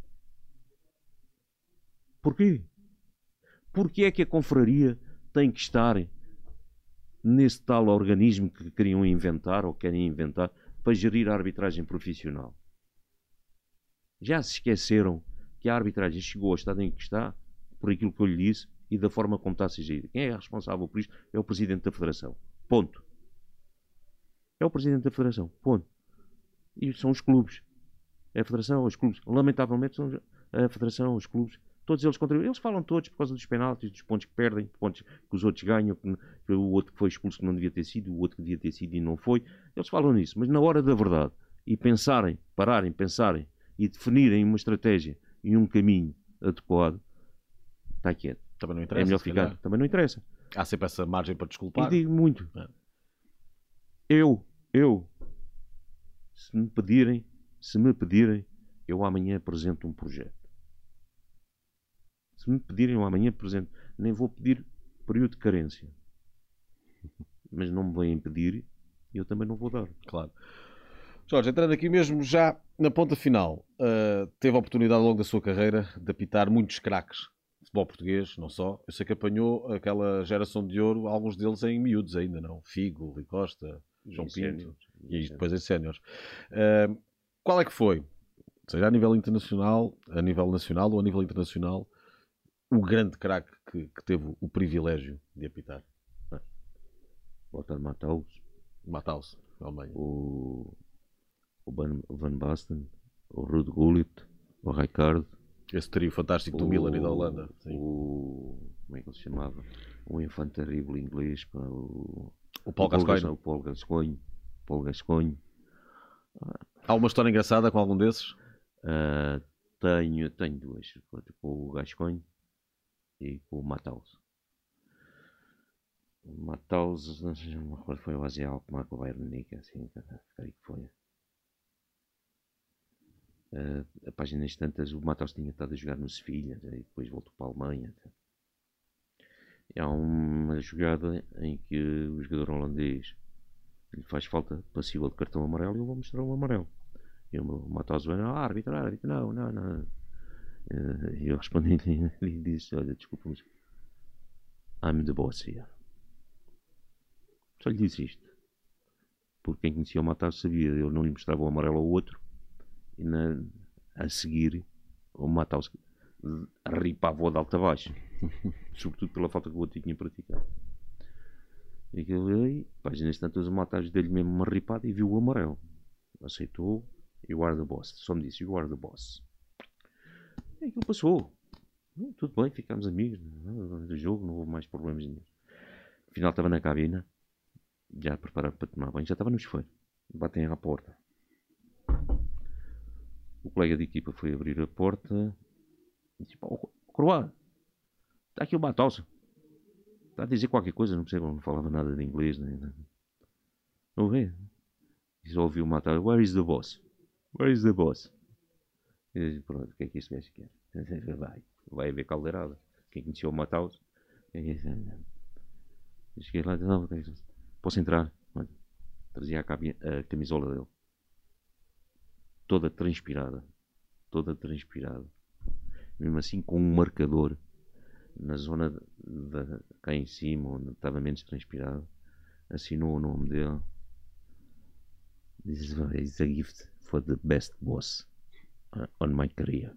Speaker 2: Porquê? Porquê é que a confraria tem que estar nesse tal organismo que queriam inventar ou querem inventar para gerir a arbitragem profissional? Já se esqueceram que a arbitragem chegou ao estado em que está por aquilo que eu lhe disse e da forma como está a ser gerida. Quem é responsável por isto é o Presidente da Federação. Ponto. É o Presidente da Federação. Ponto. E são os clubes. É a Federação, os clubes. Lamentavelmente são a Federação, os clubes Todos eles contribuem. Eles falam todos por causa dos penaltis, dos pontos que perdem, dos pontos que os outros ganham, que o outro que foi expulso que não devia ter sido, o outro que devia ter sido e não foi. Eles falam nisso. Mas na hora da verdade, e pensarem, pararem, pensarem e definirem uma estratégia e um caminho adequado, está quieto.
Speaker 1: Também não interessa.
Speaker 2: É melhor ficar. Também não interessa.
Speaker 1: Há sempre essa margem para desculpar.
Speaker 2: E digo muito.
Speaker 1: É.
Speaker 2: Eu, eu, se me pedirem, se me pedirem, eu amanhã apresento um projeto. Se me pedirem, eu amanhã apresento. Nem vou pedir período de carência. Mas não me vêm pedir e eu também não vou dar.
Speaker 1: Claro. Jorge, entrando aqui mesmo já na ponta final, uh, teve a oportunidade ao longo da sua carreira de apitar muitos craques de futebol português, não só. Eu sei que apanhou aquela geração de ouro, alguns deles em miúdos ainda, não? Figo, Rui Costa, João Pinto, e depois em séniores. Uh, qual é que foi, seja a nível internacional, a nível nacional ou a nível internacional, o grande craque que, que teve o privilégio de apitar?
Speaker 2: Lothar Matthaus.
Speaker 1: Matthaus, Alemanha.
Speaker 2: O, o Van, Van Basten, o Ruud Gullit, o Rijkaard.
Speaker 1: Esse trio fantástico do o, Milan e da Holanda.
Speaker 2: Sim. O, como é que ele se chamava? O infante terrível inglês. Pá, o,
Speaker 1: o Paul Gascoigne.
Speaker 2: O Paul Gascoigne. Paul Gascoigne.
Speaker 1: Há uma história engraçada com algum desses?
Speaker 2: Uh, tenho, tenho duas. Com o Gascoigne e com o Matthaus. O Matthaus, não sei se foi o Asia Alkmaar com o Bayern Munique, assim, creio que foi. Uh, a páginas tantas, o Matthaus tinha estado a jogar no Sevilha, e depois voltou para a Alemanha. E há uma jogada em que o jogador holandês lhe faz falta passível de cartão amarelo e eu vou mostrar um amarelo. E o Matthaus vai, ah, árbitro, árbitro, não, não, não. E eu respondi e disse, olha, desculpa, mas I'm the boss here. Só lhe disse isto. Porque quem conhecia o Matthaus sabia, eu não lhe mostrava o amarelo ao outro e na, a seguir o Matthaus ripava-o de alto a baixo. Sobretudo pela falta que o outro tinha praticado. E aquilo aí, páginas tantas, o Matthaus deu-lhe mesmo uma ripada e viu o amarelo. Aceitou, you are the boss. Só me disse, you are the boss. E aquilo passou. Tudo bem, ficámos amigos do jogo, não houve mais problemas nenhum. Afinal estava na cabina, já preparado para tomar banho, já estava no chuveiro. Batem à porta. O colega de equipa foi abrir a porta e disse, oh, Croá, está aqui o Matthaus. Está a dizer qualquer coisa, não percebo, não falava nada de inglês, nem nada. Não vê? E só ouviu o Matthaus, where is the boss? Where is the boss? E eu disse, pronto, o que é que este gajo quer? Vai, vai haver caldeirada. Quem conheceu o Matthaus? Eu cheguei lá e disse, não, posso entrar? Olha, trazia a, cabine, a camisola dele. Toda transpirada. Toda transpirada. Mesmo assim com um marcador na zona de, de, cá em cima, onde estava menos transpirado. Assinou o nome dele. This is a gift for the best boss on my career.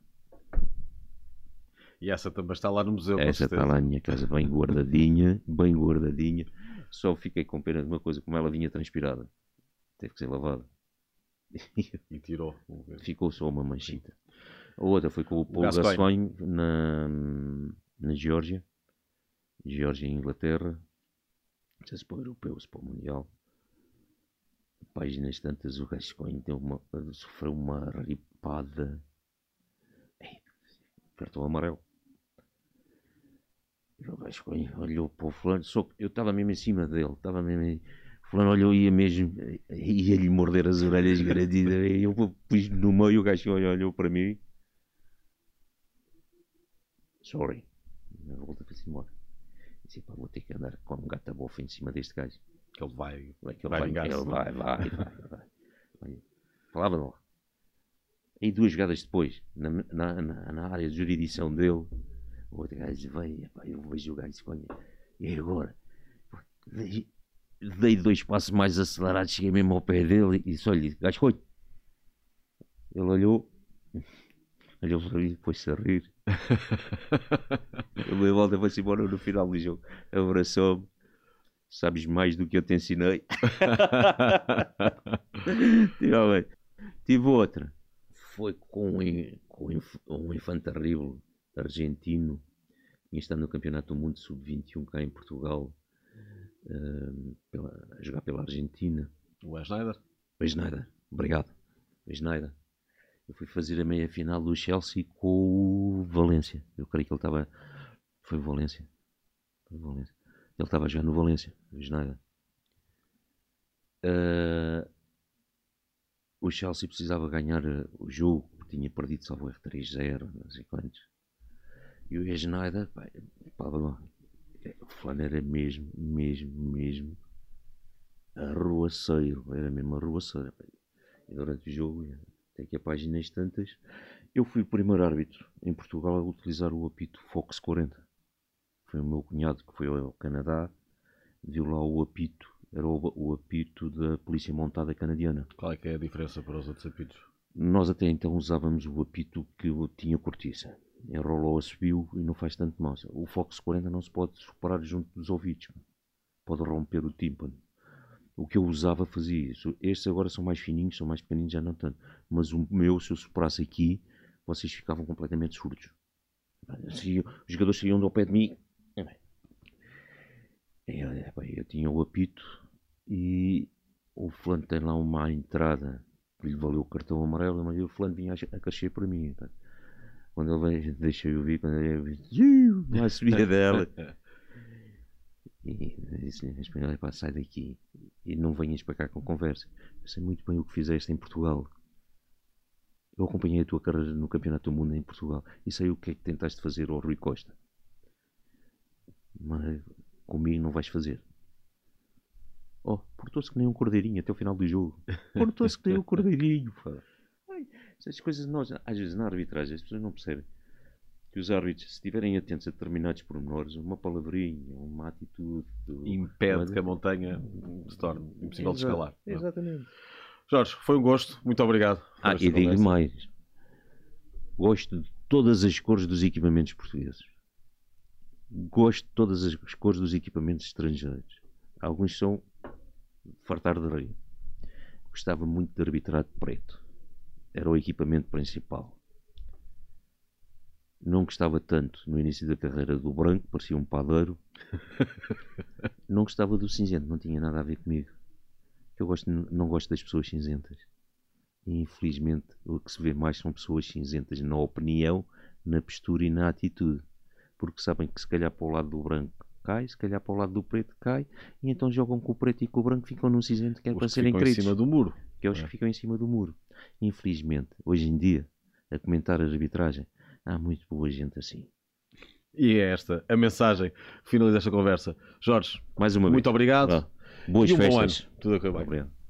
Speaker 1: E essa também está lá no museu.
Speaker 2: Essa está lá na minha casa, bem guardadinha, bem guardadinha. Só fiquei com pena de uma coisa, como ela vinha transpirada. Teve que ser lavada.
Speaker 1: E tirou.
Speaker 2: Ficou só uma manchita. A outra foi com o Paul Gascoigne na, na Geórgia. Geórgia e Inglaterra. Não sei se para o europeu, se para o mundial. Páginas tantas, o Gascoigne deu uma, sofreu uma ripada. Cartão amarelo. O Gascoigne olhou para o fulano, só que eu estava mesmo em cima dele, estava mesmo aí. O fulano olhou e ia mesmo, ia-lhe morder as orelhas grandidas, eu pus no meio, o Gascoigne olhou para mim. Sorry. Na volta foi-se embora. Disse, pá, vou ter que andar com um gata-bofa em cima deste gajo.
Speaker 1: Que ele vai,
Speaker 2: vai, que ele
Speaker 1: vai,
Speaker 2: vai,
Speaker 1: vingar-se.
Speaker 2: Ele vai, vai, vai, vai, vai. Falava não. E duas jogadas depois, na, na, na, na área de jurisdição dele, o outro gajo veio, eu vejo o Gascoigne, e agora? Dei, dei dois passos mais acelerados, cheguei mesmo ao pé dele e só lhe disse, Gascoigne. Ele olhou, olhou para mim, pôs-se a rir. A minha volta foi-se embora no final do jogo, abraçou-me. Sabes mais do que eu te ensinei. Tive outra. Foi com um, com um infante terrível argentino, tinha estado no Campeonato do Mundo sub vinte e um cá em Portugal, uh, pela, a jogar pela Argentina.
Speaker 1: O Schneider?
Speaker 2: O Schneider, obrigado. O Schneider. Eu fui fazer a meia-final do Chelsea com o Valência. Eu creio que ele estava... Foi o Valência. Foi o Valência. Ele estava já no Valência, o Schneider. Uh, o Chelsea precisava ganhar o jogo, tinha perdido salvo R três zero, não sei quantos. E o Schneider, pá, pá, o fulano era mesmo, mesmo, mesmo arruaceiro, era mesmo arruaceiro. Pá. E durante o jogo, até que a páginas tantas, eu fui o primeiro árbitro em Portugal a utilizar o apito Fox quarenta. Foi o meu cunhado que foi ao Canadá, viu lá o apito, era o, o apito da Polícia Montada Canadiana.
Speaker 1: Qual é que é a diferença para os outros apitos?
Speaker 2: Nós até então usávamos o apito que tinha cortiça. Enrolou, subiu e não faz tanto mal. O Fox quarenta não se pode superar junto dos ouvidos. Pode romper o tímpano. O que eu usava fazia isso. Estes agora são mais fininhos, são mais pequeninos, já não tanto. Mas o meu, se eu superasse aqui, vocês ficavam completamente surdos. Assim, os jogadores saíam do pé de mim. Eu, eu tinha o apito e o fulano tem lá uma entrada que lhe valeu o cartão amarelo, mas o fulano vinha a crescer para mim. Tá? Quando ele veio, deixei eu vir, quando ele veio, lá subia dela. E disse: espanhol, pá, sai daqui e não venhas para cá com conversa. Eu sei muito bem o que fizeste em Portugal. Eu acompanhei a tua carreira no Campeonato do Mundo em Portugal e sei o que é que tentaste fazer ao Rui Costa. Mas comigo não vais fazer. Oh, portou-se que nem um cordeirinho até o final do jogo. Portou-se que nem um cordeirinho. Pá. Ai, essas coisas, nós, às vezes na arbitragem, as pessoas não percebem que os árbitros, se estiverem atentos a determinados pormenores, uma palavrinha, uma atitude...
Speaker 1: impede uma... que a montanha se torne impossível de escalar.
Speaker 2: Exatamente.
Speaker 1: Jorge, foi um gosto. Muito obrigado.
Speaker 2: Ah, e digo mais. Gosto de todas as cores dos equipamentos portugueses. Gosto de todas as cores dos equipamentos estrangeiros. Alguns são de fartar de rir. Gostava muito de arbitrar de preto. Era o equipamento principal. Não gostava tanto no início da carreira do branco, parecia um padeiro. Não gostava do cinzento, não tinha nada a ver comigo. Eu gosto, não gosto das pessoas cinzentas. E infelizmente o que se vê mais são pessoas cinzentas na opinião, na postura e na atitude. Porque sabem que se calhar para o lado do branco cai, se calhar para o lado do preto cai, e então jogam com o preto e com o branco, ficam num cinzento que é para serem queridos.
Speaker 1: Em cima do muro.
Speaker 2: Que é os é. que ficam em cima do muro. Infelizmente, hoje em dia, a comentar a arbitragem, há muito boa gente assim.
Speaker 1: E é esta a mensagem que finaliza esta conversa. Jorge,
Speaker 2: mais uma
Speaker 1: muito
Speaker 2: vez.
Speaker 1: obrigado.
Speaker 2: Ah, boas
Speaker 1: e um
Speaker 2: festas.
Speaker 1: Bom ano. Tudo a correr bem.
Speaker 2: Obrigado.